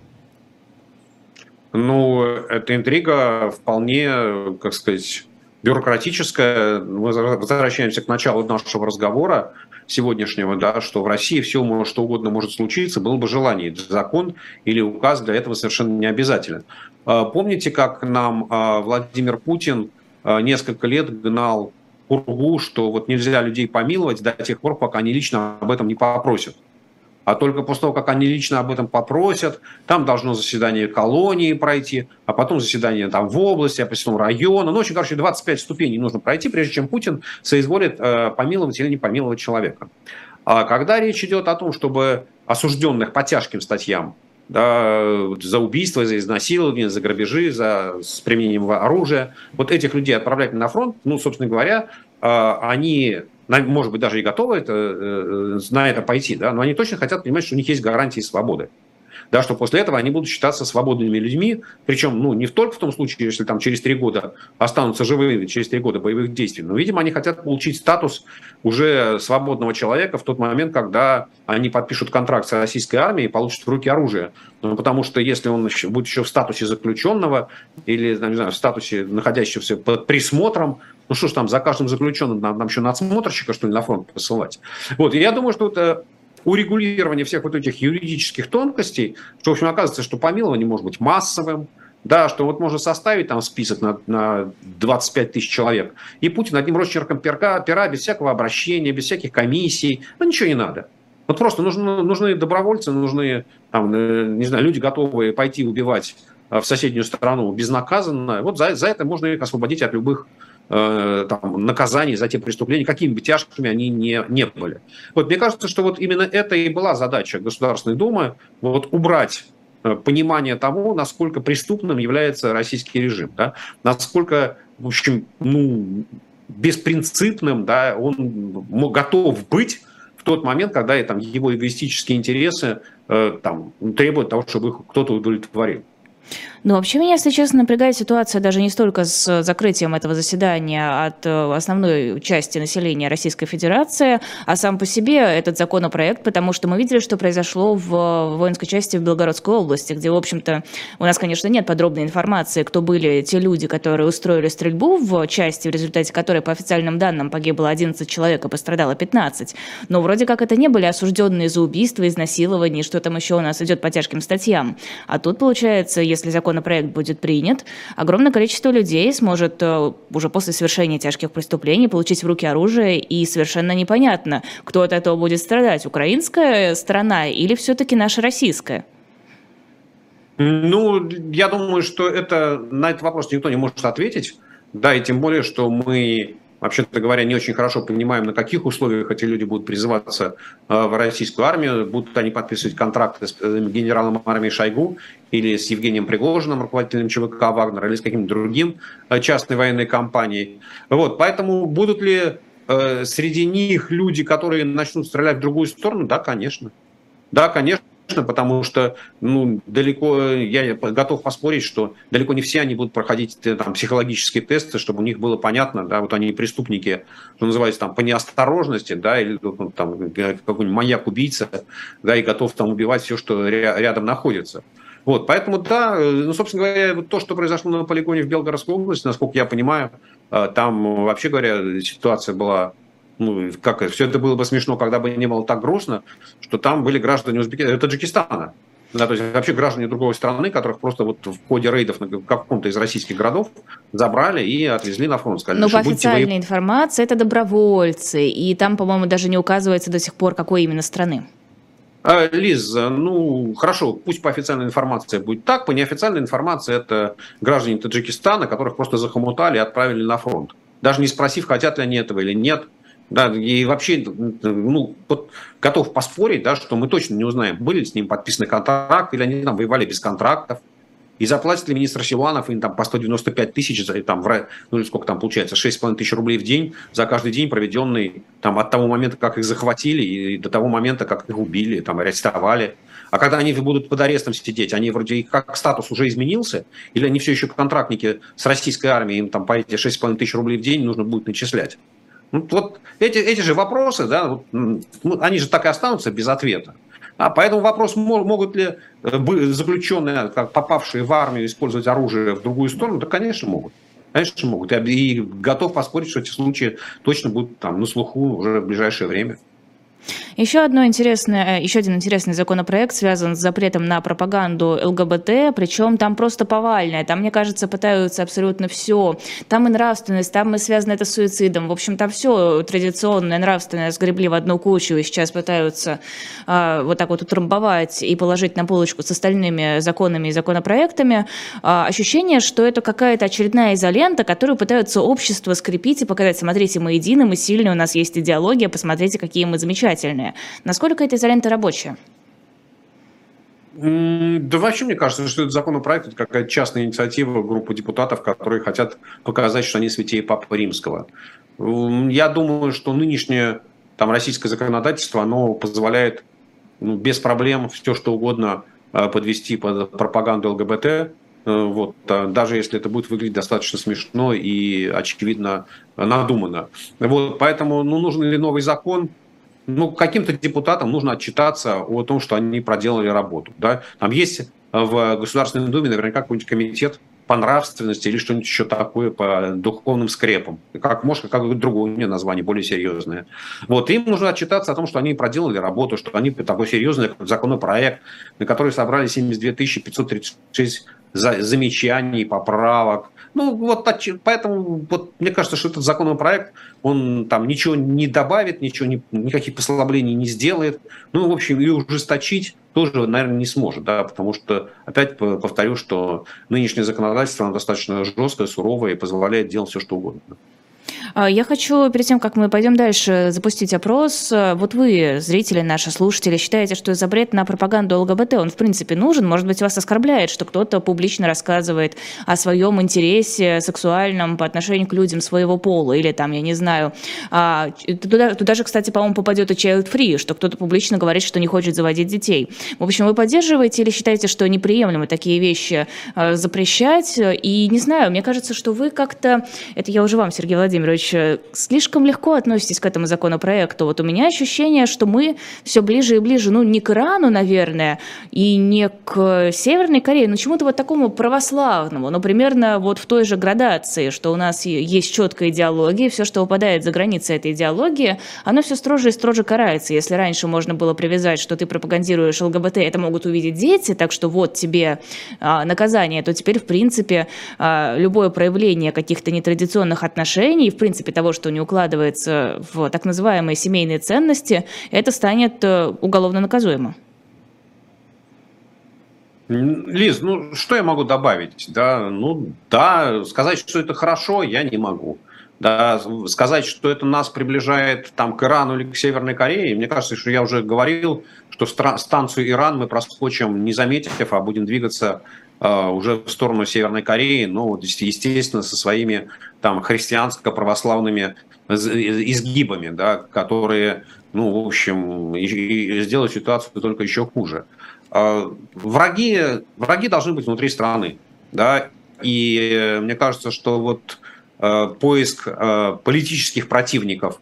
Ну, эта интрига вполне, как сказать, бюрократическая. Мы возвращаемся к началу нашего разговора сегодняшнего, да, что в России все может, что угодно может случиться, было бы желание. Закон или указ для этого совершенно не обязателен. Помните, как нам Владимир Путин несколько лет гнал пургу, что вот нельзя людей помиловать до тех пор, пока они лично об этом не попросят. А только после того, как они лично об этом попросят, там должно заседание колонии пройти, а потом заседание там в области, а потом района. Ну, в общем, короче, двадцать пять ступеней нужно пройти, прежде чем Путин соизволит э, помиловать или не помиловать человека. А когда речь идет о том, чтобы осужденных по тяжким статьям, да, за убийство, за изнасилование, за грабежи, за, с применением оружия, вот этих людей отправлять на фронт, ну, собственно говоря, они, может быть, даже и готовы это, на это пойти, да, но они точно хотят понимать, что у них есть гарантии свободы. Да, что после этого они будут считаться свободными людьми, причем, ну, не только в том случае, если там через три года останутся живыми, через три года боевых действий, но, видимо, они хотят получить статус уже свободного человека в тот момент, когда они подпишут контракт с российской армией и получат в руки оружие. Ну, потому что если он будет еще в статусе заключенного или, не знаю, в статусе находящегося под присмотром, ну что ж там, за каждым заключенным нам, нам еще надсмотрщика, что ли, на фронт посылать. Вот, и я думаю, что это урегулирование всех вот этих юридических тонкостей, что, в общем, оказывается, что помилование может быть массовым, да, что вот можно составить там список на, на двадцать пять тысяч человек, и Путин одним росчерком пера, пера, без всякого обращения, без всяких комиссий, ну, ничего не надо. Вот просто нужны, нужны добровольцы, нужны, там, не знаю, люди, готовые пойти убивать в соседнюю страну безнаказанно. Вот за, за это можно их освободить от любых там, наказаний за те преступления, какими бы тяжкими они не, не были. Вот мне кажется, что вот именно это и была задача Государственной Думы, вот убрать понимание того, насколько преступным является российский режим, да, насколько, в общем, ну, беспринципным, да, он готов быть в тот момент, когда там, его эгоистические интересы там, требуют того, чтобы их кто-то удовлетворил.
Ну, вообще меня, если честно, напрягает ситуация даже не столько с закрытием этого заседания от основной части населения Российской Федерации, а сам по себе этот законопроект, потому что мы видели, что произошло в воинской части в Белгородской области, где, в общем-то, у нас, конечно, нет подробной информации, кто были те люди, которые устроили стрельбу в части, в результате которой, по официальным данным, погибло одиннадцать человек, а пострадало пятнадцать. Но вроде как это не были осужденные за убийство, изнасилование, что там еще у нас идет по тяжким статьям. А тут, получается, если закон законопроект будет принят, огромное количество людей сможет уже после совершения тяжких преступлений получить в руки оружие, и совершенно непонятно, кто от этого будет страдать, украинская сторона или все-таки наша российская?
Ну, я думаю, что это, на этот вопрос никто не может ответить, да, и тем более, что мы, вообще-то говоря, не очень хорошо понимаем, на каких условиях эти люди будут призываться в российскую армию, будут они подписывать контракты с генералом армии Шойгу или с Евгением Пригожиным, руководителем ЧВК «Вагнер», или с каким-то другим частной военной компанией. Вот, поэтому будут ли э, среди них люди, которые начнут стрелять в другую сторону? Да, конечно. Да, конечно. Потому что ну, далеко, я готов поспорить, что далеко не все они будут проходить там, психологические тесты, чтобы у них было понятно, да, вот они преступники, что называется, там, по неосторожности, да, или ну, там, какой-нибудь маньяк-убийца, да, и готов там убивать все, что рядом находится. Вот, поэтому, да, ну, собственно говоря, то, что произошло на полигоне в Белгородской области, насколько я понимаю, там, вообще говоря, ситуация была... Ну, как все это было бы смешно, когда бы не было так грустно, что там были граждане Узбекистана, Таджикистана. Да, то есть вообще граждане другой страны, которых просто вот в ходе рейдов на каком-то из российских городов забрали и отвезли на фронт. Сказали,
но по официальной
вы...
информации это добровольцы, и там, по-моему, даже не указывается до сих пор, какой именно страны.
Лиз, ну хорошо, пусть по официальной информации будет так, по неофициальной информации это граждане Таджикистана, которых просто захомутали и отправили на фронт. Даже не спросив, хотят ли они этого или нет. Да, и вообще, ну, вот готов поспорить, да, что мы точно не узнаем, были ли с ним подписаны контракты, или они там воевали без контрактов, и заплатит ли министр Силуанов им там по сто девяносто пять тысяч, там, ну или сколько там получается, шесть с половиной тысяч рублей в день за каждый день, проведенный там, от того момента, как их захватили, и до того момента, как их убили, там, арестовали. А когда они будут под арестом сидеть, они вроде как статус уже изменился, или они все еще контрактники с российской армией, им там по эти шесть с половиной тысяч рублей в день нужно будет начислять. Ну, вот эти, эти же вопросы, да, вот, ну, они же так и останутся без ответа. А поэтому вопрос, могут ли заключенные, попавшие в армию, использовать оружие в другую сторону, да, конечно, могут. Конечно, могут. И готов поспорить, что эти случаи точно будут там на слуху уже в ближайшее время.
Еще, одно интересное, еще один интересный законопроект связан с запретом на пропаганду ЛГБТ, причем там просто повальное. Там, мне кажется, пытаются абсолютно все. Там и нравственность, там и связано это с суицидом. В общем, там все традиционное, нравственное сгребли в одну кучу и сейчас пытаются а, вот так вот утрамбовать и положить на полочку с остальными законами и законопроектами. А, ощущение, что это какая-то очередная изолента, которую пытаются общество скрепить и показать: смотрите, мы едины, мы сильные, у нас есть идеология, посмотрите, какие мы замечательные. Насколько эта изолента рабочая?
Да вообще, мне кажется, что этот законопроект – это какая-то частная инициатива группы депутатов, которые хотят показать, что они святее Папы Римского. Я думаю, что нынешнее там, российское законодательство, оно позволяет ну, без проблем все, что угодно подвести под пропаганду ЛГБТ. Вот, даже если это будет выглядеть достаточно смешно и, очевидно, надуманно. Вот, поэтому ну, нужен ли новый закон? Ну, каким-то депутатам нужно отчитаться о том, что они проделали работу. Да? Там есть в Государственной Думе наверняка какой-нибудь комитет по нравственности или что-нибудь еще такое по духовным скрепам. Как, может, какое-то другое название, более серьезное. Вот. Им нужно отчитаться о том, что они проделали работу, что они такой серьезный законопроект, на который собрали семьдесят две тысячи пятьсот тридцать шесть замечаний, поправок. Ну, вот поэтому вот, мне кажется, что этот законопроект, он там ничего не добавит, ничего не, никаких послаблений не сделает. Ну, в общем, и ужесточить тоже, наверное, не сможет, да, потому что, опять повторю, что нынешнее законодательство, оно достаточно жесткое, суровое и позволяет делать все, что угодно.
Я хочу, перед тем, как мы пойдем дальше, запустить опрос. Вот вы, зрители, наши слушатели, считаете, что запрет на пропаганду ЛГБТ, он в принципе нужен? Может быть, вас оскорбляет, что кто-то публично рассказывает о своем интересе сексуальном по отношению к людям своего пола? Или там, я не знаю, туда, туда же, кстати, по-моему, попадет и child-free, что кто-то публично говорит, что не хочет заводить детей. В общем, вы поддерживаете или считаете, что неприемлемо такие вещи запрещать? И не знаю, мне кажется, что вы как-то, это я уже вам, Сергей Владимирович, слишком легко относитесь к этому законопроекту. Вот у меня ощущение, что мы все ближе и ближе, ну, не к Ирану, наверное, и не к Северной Корее, но чему-то вот такому православному, но примерно вот в той же градации, что у нас есть четкая идеология, все, что выпадает за границы этой идеологии, оно все строже и строже карается. Если раньше можно было привязать, что ты пропагандируешь ЛГБТ, это могут увидеть дети, так что вот тебе а, наказание, то теперь, в принципе, а, любое проявление каких-то нетрадиционных отношений, в принципе, того, что не укладывается в так называемые семейные ценности, это станет уголовно наказуемо.
Лиз, ну что я могу добавить? Да, ну да, сказать, что это хорошо, я не могу. Да, сказать, что это нас приближает там, к Ирану или к Северной Корее, мне кажется, что я уже говорил, что станцию Иран мы проскочим, не заметив, а будем двигаться Uh, уже в сторону Северной Кореи, ну, естественно, со своими там христианско-православными изгибами, да, которые, ну, в общем, и, и сделают ситуацию только еще хуже. Uh, враги, враги должны быть внутри страны, да, и мне кажется, что вот uh, поиск uh, политических противников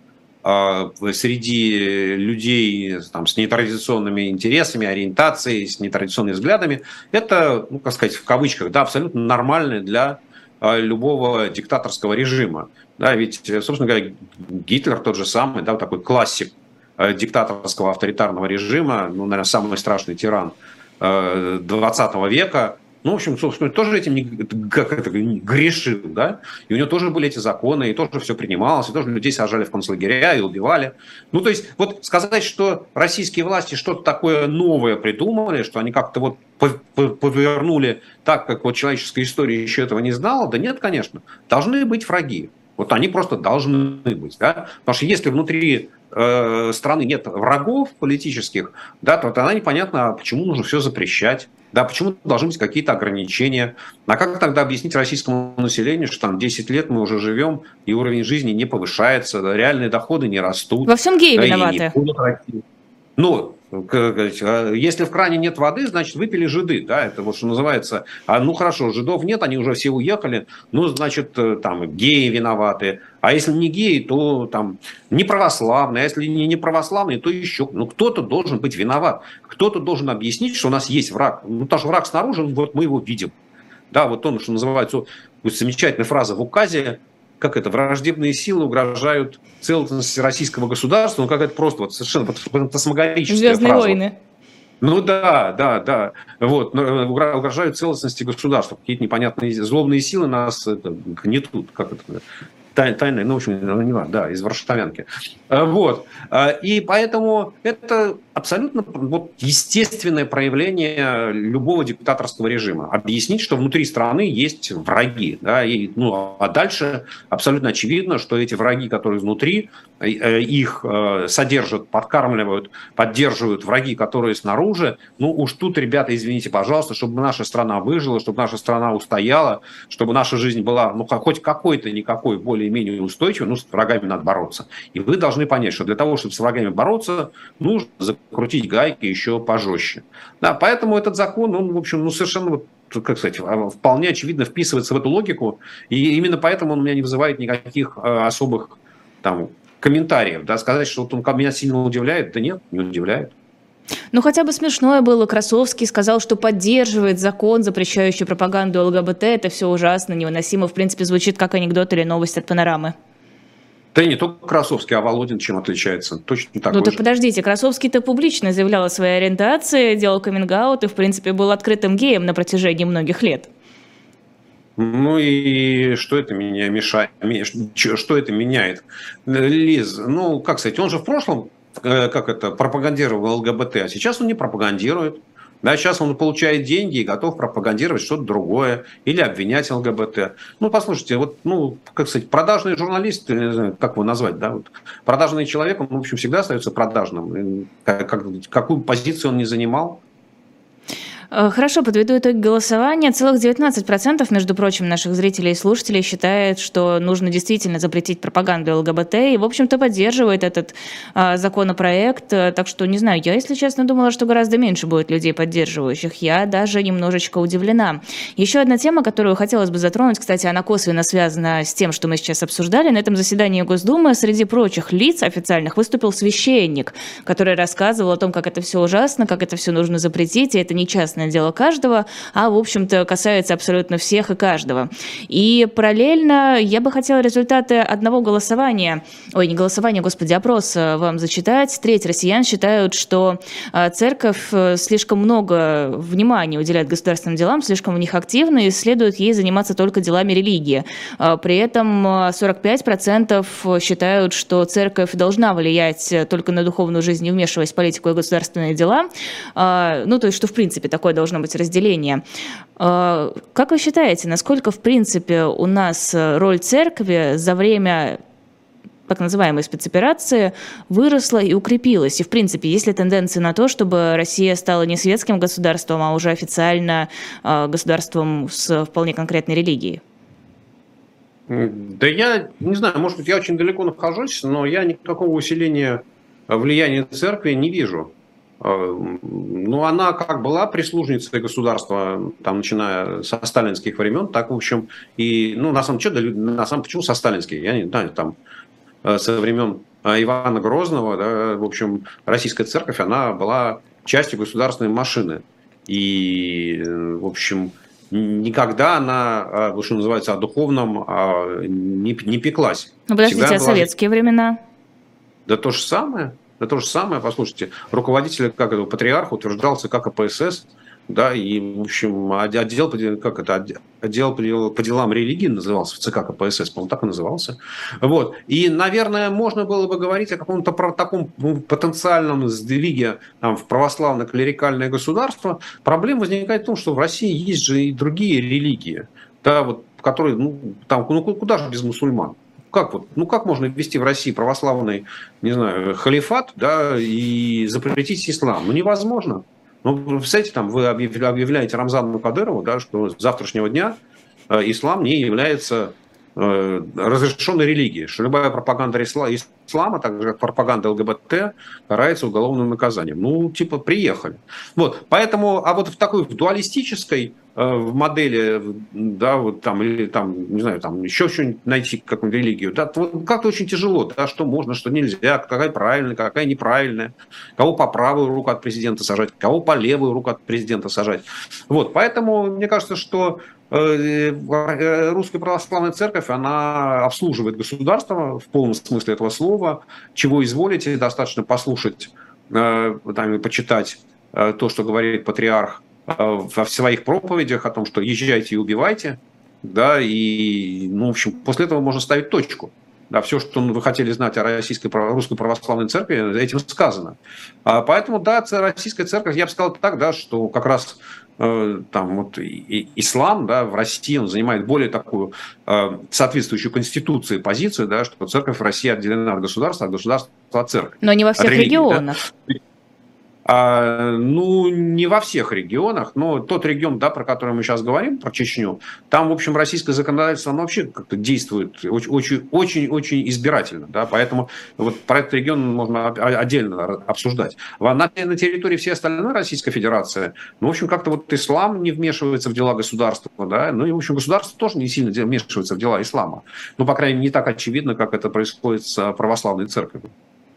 среди людей там, с нетрадиционными интересами, ориентацией, с нетрадиционными взглядами, это, ну, как сказать, в кавычках, да, абсолютно нормально для любого диктаторского режима. Да, ведь, собственно говоря, Гитлер тот же самый, да, такой классик диктаторского авторитарного режима, ну, наверное, самый страшный тиран двадцатого века. Ну, в общем, собственно, тоже этим как это, грешил, да, и у него тоже были эти законы, и тоже все принималось, и тоже людей сажали в концлагеря и убивали. Ну, то есть, вот сказать, что российские власти что-то такое новое придумали, что они как-то вот повернули так, как вот человеческая история еще этого не знала, да нет, конечно, должны быть враги. Вот они просто должны быть, да, потому что если внутри э, страны нет врагов политических, да, то тогда непонятно, почему нужно все запрещать. Да, почему должны быть какие-то ограничения? А как тогда объяснить российскому населению, что там десять лет мы уже живем, и уровень жизни не повышается, да, реальные доходы не растут?
Во всем геи
да,
виноваты.
Ну, если в кране нет воды, значит, выпили жиды, да, это вот что называется. А, ну, хорошо, жидов нет, они уже все уехали, ну, значит, там, геи виноваты. А если не геи, то там не православные, а если не, не православные, то еще, ну, кто-то должен быть виноват, кто-то должен объяснить, что у нас есть враг. Ну, потому что враг снаружи, вот мы его видим. Да, вот он, что называется, вот замечательная фраза в указе, как это, враждебные силы угрожают целостности российского государства, ну, как это просто, вот совершенно фантасмагорическая
«Звездные
фраза.
войны».
Ну да, да, да. Вот, угрожают целостности государства. Какие-то непонятные злобные силы нас это, гнетут, как это, тайные, ну, в общем, не важно, да, из Варшавянки. Вот. И поэтому это абсолютно вот, естественное проявление любого диктаторского режима. Объяснить, что внутри страны есть враги. Да, и, ну, а дальше абсолютно очевидно, что эти враги, которые внутри, их содержат, подкармливают, поддерживают враги, которые снаружи. Ну уж тут, ребята, извините, пожалуйста, чтобы наша страна выжила, чтобы наша страна устояла, чтобы наша жизнь была, ну, хоть какой-то, никакой, более-менее устойчивой, ну, с врагами надо бороться. И вы должны понять, что для того, чтобы с врагами бороться, нужно закрутить гайки еще пожестче. Да, поэтому этот закон, он, в общем, ну, совершенно, как сказать, вполне очевидно вписывается в эту логику, и именно поэтому он у меня не вызывает никаких особых там комментариев, да, сказать, что вот он меня сильно удивляет, да нет, не удивляет.
Ну, хотя бы смешное было. Красовский сказал, что поддерживает закон, запрещающий пропаганду ЛГБТ. Это все ужасно, невыносимо. В принципе, звучит как анекдот или новость от Панорамы.
Да и не только Красовский, а Володин чем отличается? Точно такой
Ну так
же.
Подождите, Красовский-то публично заявлял о своей ориентации, делал каминг-аут и, в принципе, был открытым геем на протяжении многих лет.
Ну и что это меня мешает? Что это меняет? Лиз, ну, как сказать, он же в прошлом, как это, пропагандировал ЛГБТ, а сейчас он не пропагандирует. Да, сейчас он получает деньги и готов пропагандировать что-то другое или обвинять ЛГБТ. Ну, послушайте, вот, ну, как сказать, продажный журналист, не знаю, как его назвать, да, вот, продажный человек, он, в общем, всегда остается продажным. Как, как, какую позицию он не занимал.
Хорошо, подведу итоги голосования. Целых девятнадцать процентов, между прочим, наших зрителей и слушателей считает, что нужно действительно запретить пропаганду ЛГБТ и, в общем-то, поддерживает этот а, законопроект. Так что, не знаю, я, если честно, думала, что гораздо меньше будет людей, поддерживающих. Я даже немножечко удивлена. Еще одна тема, которую хотелось бы затронуть, кстати, она косвенно связана с тем, что мы сейчас обсуждали. На этом заседании Госдумы среди прочих лиц официальных выступил священник, который рассказывал о том, как это все ужасно, как это все нужно запретить, и это не часто дело каждого, а, в общем-то, касается абсолютно всех и каждого. И параллельно я бы хотела результаты одного голосования, ой, не голосования, господи, опроса вам зачитать. Треть россиян считают, что церковь слишком много внимания уделяет государственным делам, слишком в них активна и следует ей заниматься только делами религии. При этом сорок пять процентов считают, что церковь должна влиять только на духовную жизнь, не вмешиваясь в политику и государственные дела. Ну, то есть, что, в принципе, такое должно быть разделение. Как вы считаете, насколько, в принципе, у нас роль церкви за время так называемой спецоперации выросла и укрепилась? И, в принципе, есть ли тенденции на то, чтобы Россия стала не светским государством, а уже официально государством с вполне конкретной религией?
Да я не знаю, может быть, я очень далеко нахожусь, но я никакого усиления влияния церкви не вижу. Ну, она как была прислужницей государства, там, начиная со сталинских времен, так, в общем, и, ну, на самом деле, на самом почему со сталинских, я не знаю, там, со времен Ивана Грозного, да, в общем, российская церковь, она была частью государственной машины. И, в общем, никогда она, что называется, о духовном не, не пеклась.
Ну, подождите, а
была...
советские времена?
Да то же самое. Да то же самое, послушайте, руководитель, как это, патриарх утверждался как КПСС, да, и, в общем, отдел, как это, отдел по делам религии назывался в ЦК КПСС, по-моему, так и назывался. Вот. И, наверное, можно было бы говорить о каком-то таком потенциальном сдвиге там, в православно-клерикальное государство. Проблема возникает в том, что в России есть же и другие религии, да, вот, которые, ну, там, ну, куда же без мусульман? Как вот, ну как можно ввести в России православный, не знаю, халифат, да, и запретить ислам? Ну невозможно. Ну, представляете, там вы объявляете Рамзану Кадырову, да, что с завтрашнего дня ислам не является э, разрешенной религией, что любая пропаганда ислама, так же как пропаганда ЛГБТ, карается уголовным наказанием. Ну, типа, приехали. Вот, поэтому, а вот в такой в дуалистической в модели, да, вот там, или там, не знаю, там еще что-нибудь найти, какую-нибудь религию, да, как-то очень тяжело, да, что можно, что нельзя, какая правильная, какая неправильная, кого по правую руку от президента сажать, кого по левую руку от президента сажать. Вот, поэтому мне кажется, что Русская Православная Церковь, она обслуживает государство в полном смысле этого слова, чего изволите, достаточно послушать, там, почитать то, что говорит патриарх во своих проповедях о том, что езжайте и убивайте, да, и, ну, в общем, после этого можно ставить точку. Да, все, что вы хотели знать о российской русской православной церкви, этим сказано. А поэтому, да, российская церковь, я бы сказал так, да, что как раз э, там вот и, ислам, да, в России он занимает более такую э, соответствующую конституции позицию, да, что церковь в России отделена от государства, а государство от церкви.
Но не во всех
религии,
регионах.
Да. А, ну, не во всех регионах, но тот регион, да, про который мы сейчас говорим, про Чечню, там, в общем, российское законодательство, оно вообще как-то действует очень-очень избирательно, да, поэтому вот про этот регион можно отдельно обсуждать. На, на территории всей остальной Российской Федерации, ну, в общем, как-то вот ислам не вмешивается в дела государства, да, ну, и, в общем, государство тоже не сильно вмешивается в дела ислама, ну, по крайней мере, не так очевидно, как это происходит с православной церковью.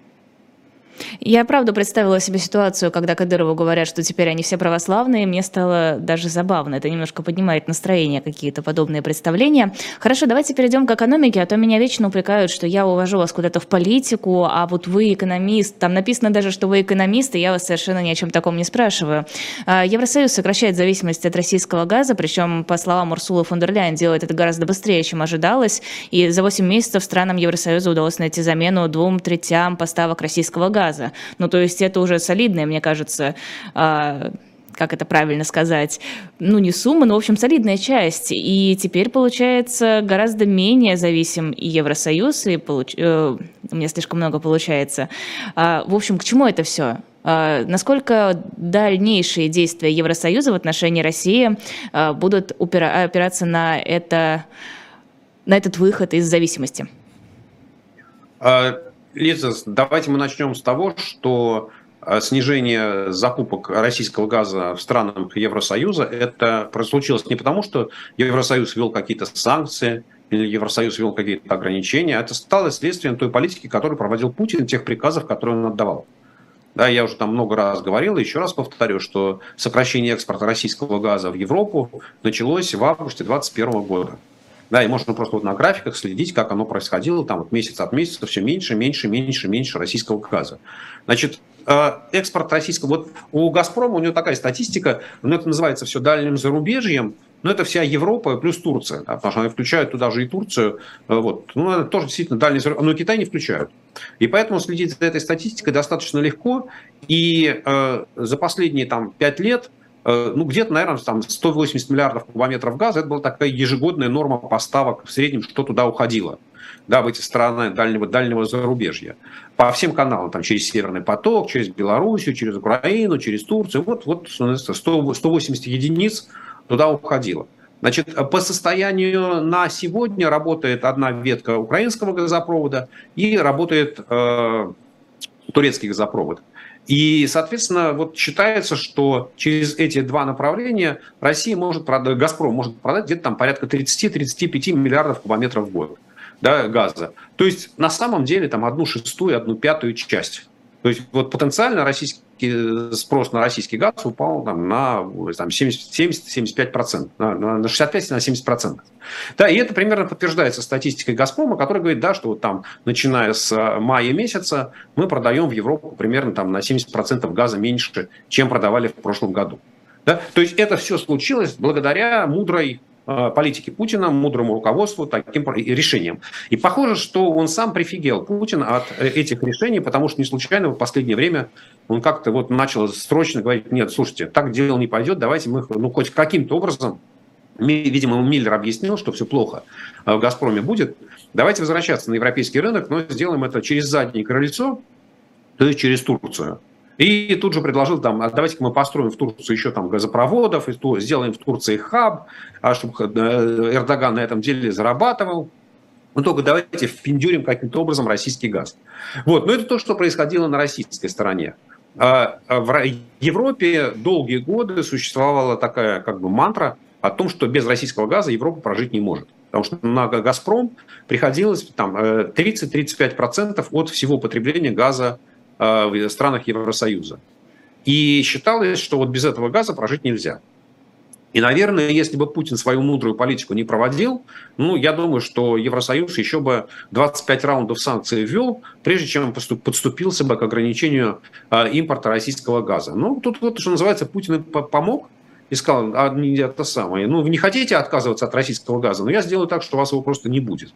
Я, правда, представила себе ситуацию, когда Кадырову говорят, что теперь они все православные, мне стало даже забавно. Это немножко поднимает настроение, какие-то подобные представления. Хорошо, давайте перейдем к экономике, а то меня вечно упрекают, что я увожу вас куда-то в политику, а вот вы экономист. Там написано даже, что вы экономист, и я вас совершенно ни о чем таком не спрашиваю. Евросоюз сокращает зависимость от российского газа, причем, по словам Урсулы фон дер Ляйен, делает это гораздо быстрее, чем ожидалось. И за восемь месяцев странам Евросоюза удалось найти замену двум третям поставок российского газа. Ну, то есть это уже солидная, мне кажется, как как это правильно сказать, ну не сумма, но в общем солидная часть. И теперь получается гораздо менее зависим и Евросоюз, и получ... э, у меня слишком много получается. А, в общем, к чему это все? А, насколько дальнейшие действия Евросоюза в отношении России а, будут упира... опираться на это, на этот выход из зависимости?
Лиза, давайте мы начнем с того, что снижение закупок российского газа в странах Евросоюза, это случилось не потому, что Евросоюз ввел какие-то санкции или Евросоюз ввел какие-то ограничения, это стало следствием той политики, которую проводил Путин, тех приказов, которые он отдавал. Да, я уже там много раз говорил, и еще раз повторю, что сокращение экспорта российского газа в Европу началось в августе две тысячи двадцать первого года. Да, и можно просто вот на графиках следить, как оно происходило, там вот месяц от месяца все меньше, меньше, меньше, меньше российского газа. Значит, экспорт российского, вот у «Газпрома», у него такая статистика, ну, это называется все дальним зарубежьем, но это вся Европа плюс Турция, да, потому что они включают туда же и Турцию, вот, ну, это тоже действительно дальний зарубеж, но Китай не включают. И поэтому следить за этой статистикой достаточно легко, и э, за последние там пять лет ну, где-то, наверное, там сто восемьдесят миллиардов кубометров газа, это была такая ежегодная норма поставок в среднем, что туда уходило, да, в эти страны дальнего, дальнего зарубежья. По всем каналам, там, через Северный поток, через Белоруссию, через Украину, через Турцию, вот, вот сто восемьдесят единиц туда уходило. Значит, по состоянию на сегодня работает одна ветка украинского газопровода и работает э, турецкий газопровод. И, соответственно, вот считается, что через эти два направления Россия может продать, «Газпром» может продать где-то там порядка тридцать-тридцать пять миллиардов кубометров в год, да, газа. То есть на самом деле там одну шестую, одну пятую часть. То есть вот потенциально российский спрос на российский газ упал там, на там, семьдесят-семьдесят пять процентов, на, на шестьдесят пять - семьдесят процентов. Да, и это примерно подтверждается статистикой «Газпрома», которая говорит, да, что вот там, начиная с мая месяца, мы продаем в Европу примерно там, на семьдесят процентов газа меньше, чем продавали в прошлом году. Да? То есть это все случилось благодаря мудрой политики Путина, мудрому руководству, таким решениям. И похоже, что он сам прифигел, Путин, от этих решений, потому что не случайно в последнее время он как-то вот начал срочно говорить: нет, слушайте, так дело не пойдет, давайте мы, ну, хоть каким-то образом, видимо, ему Миллер объяснил, что все плохо в «Газпроме» будет, давайте возвращаться на европейский рынок, но сделаем это через заднее крыльцо, то есть через Турцию. И тут же предложил, там, а давайте-ка мы построим в Турцию еще там газопроводов, и то, сделаем в Турции хаб, а чтобы Эрдоган на этом деле зарабатывал. Ну, только давайте впендюрим каким-то образом российский газ. Вот, но это то, что происходило на российской стороне. А в Европе долгие годы существовала такая как бы мантра о том, что без российского газа Европа прожить не может. Потому что на «Газпром» приходилось там тридцать-тридцать пять процентов от всего потребления газа в странах Евросоюза. И считалось, что вот без этого газа прожить нельзя. И, наверное, если бы Путин свою мудрую политику не проводил, ну, я думаю, что Евросоюз еще бы двадцать пять раундов санкций ввел, прежде чем подступился бы к ограничению импорта российского газа. Ну, тут вот, что называется, Путин помог и сказал: а не это самое, ну, вы не хотите отказываться от российского газа, но я сделаю так, что у вас его просто не будет.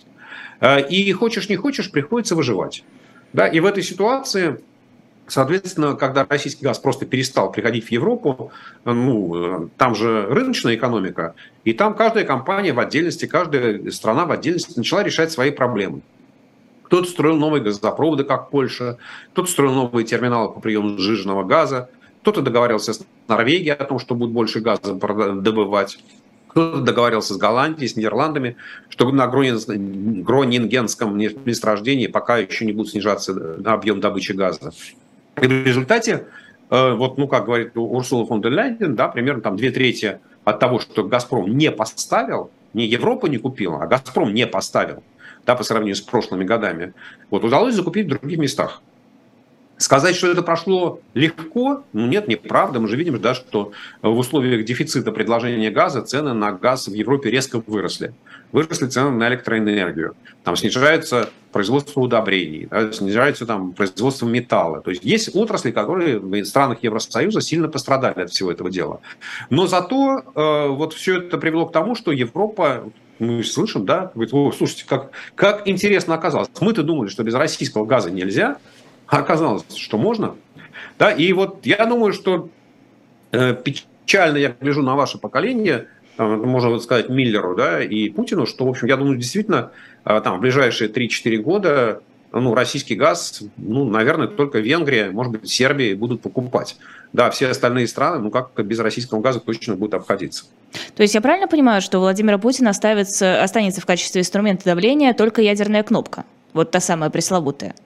И хочешь не хочешь, приходится выживать. Да, и в этой ситуации, соответственно, когда российский газ просто перестал приходить в Европу, ну, там же рыночная экономика, и там каждая компания в отдельности, каждая страна в отдельности начала решать свои проблемы. Кто-то строил новые газопроводы, как Польша, кто-то строил новые терминалы по приему сжиженного газа, кто-то договаривался с Норвегией о том, что будет больше газа добывать. Кто-то договаривался с Голландией, с Нидерландами, что на Гронингенском месторождении пока еще не будет снижаться объем добычи газа. И в результате, вот, ну, как говорит Урсула фон дер Ляйен, да, примерно там две трети от того, что «Газпром» не поставил, не Европа не купила, а «Газпром» не поставил, да, по сравнению с прошлыми годами, вот, удалось закупить в других местах. Сказать, что это прошло легко, ну нет, неправда. Мы же видим, да, что в условиях дефицита предложения газа цены на газ в Европе резко выросли. Выросли цены на электроэнергию. Там снижается производство удобрений, да, снижается там производство металла. То есть есть отрасли, которые в странах Евросоюза сильно пострадали от всего этого дела. Но зато э, вот все это привело к тому, что Европа, мы слышим, да, говорит: о, слушайте, как, как интересно оказалось. Мы-то думали, что без российского газа нельзя, а оказалось, что можно. Да, и вот я думаю, что э, печально я гляжу на ваше поколение, можно вот сказать Миллеру, да, и Путину, что, в общем, я думаю, действительно, там, в ближайшие три-четыре года ну, российский газ, ну, наверное, только Венгрия, может быть, Сербия будут покупать. Да, все остальные страны, ну, как без российского газа точно будут обходиться.
То есть я правильно понимаю, что у Владимира Путина оставится, останется в качестве инструмента давления только ядерная кнопка? Вот та самая пресловутая.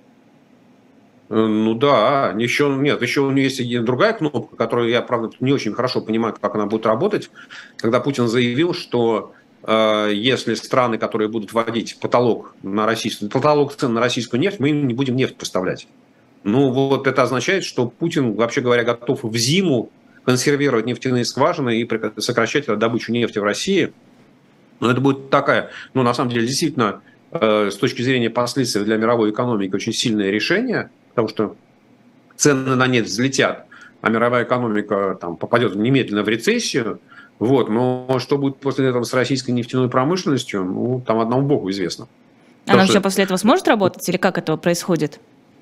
Ну да, еще нет, еще у нее есть и другая кнопка, которую я, правда, не очень хорошо понимаю, как она будет работать, когда Путин заявил, что э, если страны, которые будут вводить потолок на российскую, потолок цен на российскую нефть, мы им не будем нефть поставлять. Ну вот это означает, что Путин, вообще говоря, готов в зиму консервировать нефтяные скважины и сокращать добычу нефти в России. Но это будет такая, ну на самом деле, действительно, э, с точки зрения последствий для мировой экономики очень сильное решение, потому что цены на нефть взлетят, а мировая экономика там, попадет немедленно в рецессию. Вот. Но что будет после этого с российской нефтяной промышленностью, ну, там одному богу известно.
Она вообще что... после этого сможет работать или как это происходит?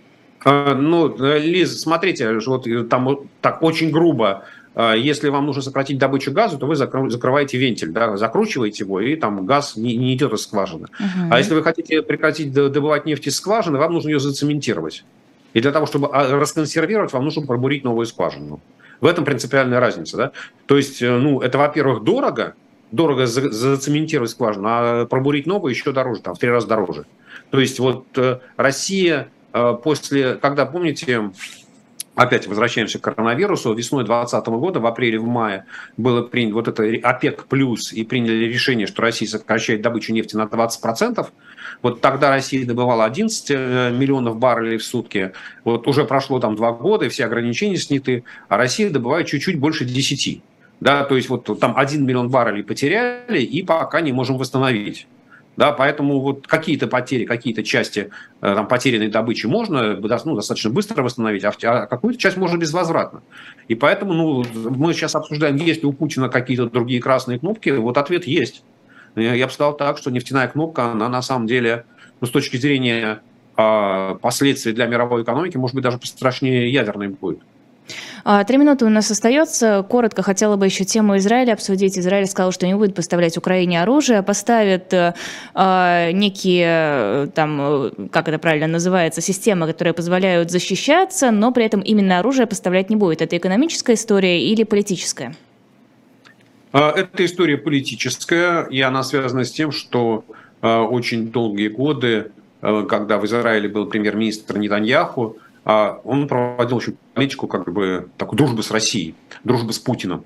А, ну, Лиз, смотрите, вот там так очень грубо. Если вам нужно сократить добычу газа, то вы закрываете вентиль, да, закручиваете его, и там газ не, не идет из скважины. Uh-huh. А если вы хотите прекратить добывать нефть из скважины, вам нужно ее зацементировать. И для того, чтобы расконсервировать, вам нужно пробурить новую скважину. В этом принципиальная разница. Да? То есть, ну, это, во-первых, дорого, дорого зацементировать скважину, а пробурить новую еще дороже, там, в три раза дороже. То есть, вот Россия после, когда, помните, опять возвращаемся к коронавирусу, весной двадцатого года, в апреле, в мае, было принято вот это ОПЕК+, и приняли решение, что Россия сокращает добычу нефти на двадцать процентов. Вот тогда Россия добывала одиннадцать миллионов баррелей в сутки. Вот уже прошло там два года, и все ограничения сняты, а Россия добывает чуть-чуть больше десяти. Да, то есть вот там один миллион баррелей потеряли, и пока не можем восстановить. Да, поэтому вот какие-то потери, какие-то части там, потерянной добычи можно ну, достаточно быстро восстановить, а какую-то часть можно безвозвратно. И поэтому ну, мы сейчас обсуждаем, есть ли у Путина какие-то другие красные кнопки. Вот ответ есть. Я бы сказал так, что нефтяная кнопка, она на самом деле, ну, с точки зрения э, последствий для мировой экономики, может быть, даже пострашнее ядерной будет.
Три минуты у нас остается. Коротко хотела бы еще тему Израиля обсудить. Израиль сказал, что не будет поставлять Украине оружие, а поставит э, некие, там, как это правильно называется, системы, которые позволяют защищаться, но при этом именно оружие поставлять не будет. Это экономическая история или политическая?
Это история политическая, и она связана с тем, что очень долгие годы, когда в Израиле был премьер-министр Нетаньяху, он проводил очень политику как бы такой дружбы с Россией, дружбы с Путиным.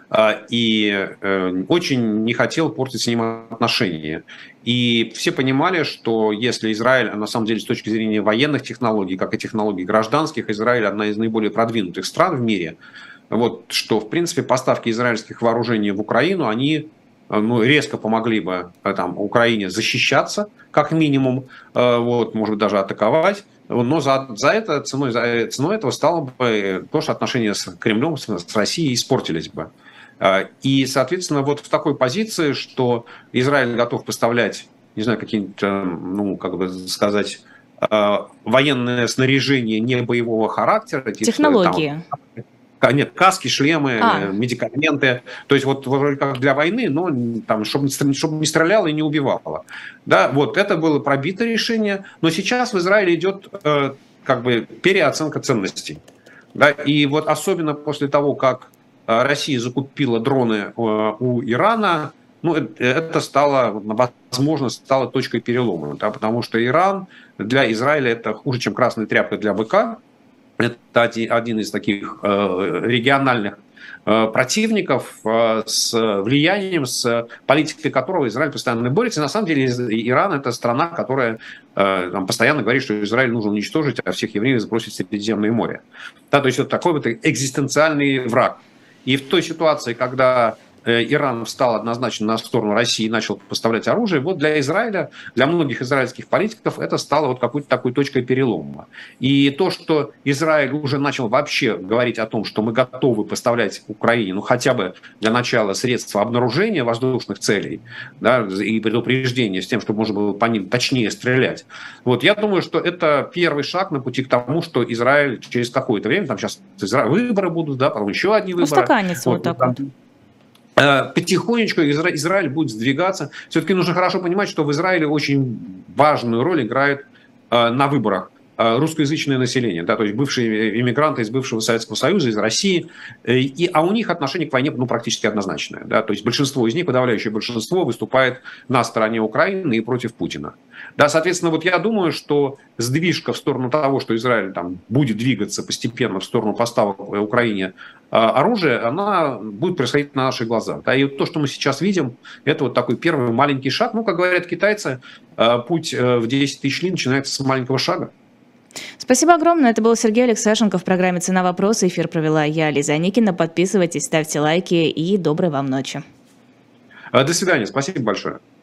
И очень не хотел портить с ним отношения. И все понимали, что если Израиль, на самом деле с точки зрения военных технологий, как и технологий гражданских, Израиль одна из наиболее продвинутых стран в мире, вот, что, в принципе, поставки израильских вооружений в Украину, они ну, резко помогли бы там, Украине защищаться, как минимум, вот, может быть, даже атаковать. Но за, за это, ценой, за ценой этого стало бы то, что отношения с Кремлем, с, с Россией испортились бы. И, соответственно, вот в такой позиции, что Израиль готов поставлять, не знаю, какие-нибудь, ну, как бы сказать, военное снаряжение не боевого характера.
Технологии.
Там, нет, каски, шлемы,
а.
медикаменты. То есть вот вроде как для войны, но там, чтобы, чтобы не стреляло и не убивало. Да, вот это было пробито решение. Но сейчас в Израиле идет э, как бы переоценка ценностей. Да, и вот особенно после того, как Россия закупила дроны у Ирана, ну, это стало, возможно, стало точкой перелома. Да, потому что Иран для Израиля это хуже, чем красная тряпка для быка. Это один из таких региональных противников с влиянием, с политикой которого Израиль постоянно борется. И на самом деле Иран – это страна, которая там, постоянно говорит, что Израиль нужно уничтожить, а всех евреев сбросить в Средиземное море. Да, то есть это такой вот экзистенциальный враг. И в той ситуации, когда Иран встал однозначно на сторону России и начал поставлять оружие. Вот для Израиля, для многих израильских политиков это стало вот какой-то такой точкой перелома. И то, что Израиль уже начал вообще говорить о том, что мы готовы поставлять Украине, ну хотя бы для начала средства обнаружения воздушных целей, да, и предупреждения с тем, чтобы можно было по ним точнее стрелять. Вот я думаю, что это первый шаг на пути к тому, что Израиль через какое-то время, там сейчас выборы будут, да, потом еще одни выборы.
Устаканится вот, вот так вот.
Потихонечку Изра- Израиль будет сдвигаться. Все-таки нужно хорошо понимать, что в Израиле очень важную роль играет э, на выборах э, русскоязычное население, да, то есть бывшие иммигранты из бывшего Советского Союза, из России, э, и, а у них отношение к войне ну, практически однозначное. Да, то есть большинство из них, подавляющее большинство, выступает на стороне Украины и против Путина. Да, соответственно, вот я думаю, что сдвижка в сторону того, что Израиль там будет двигаться постепенно в сторону поставок Украине оружия, она будет происходить на наших глазах. Да, и вот то, что мы сейчас видим, это вот такой первый маленький шаг. Ну, как говорят китайцы, путь в десять тысяч ли начинается с маленького шага.
Спасибо огромное. Это был Сергей Алексашенко в программе «Цена вопроса». Эфир провела я, Лиза Аникина. Подписывайтесь, ставьте лайки и доброй вам ночи.
До свидания. Спасибо большое.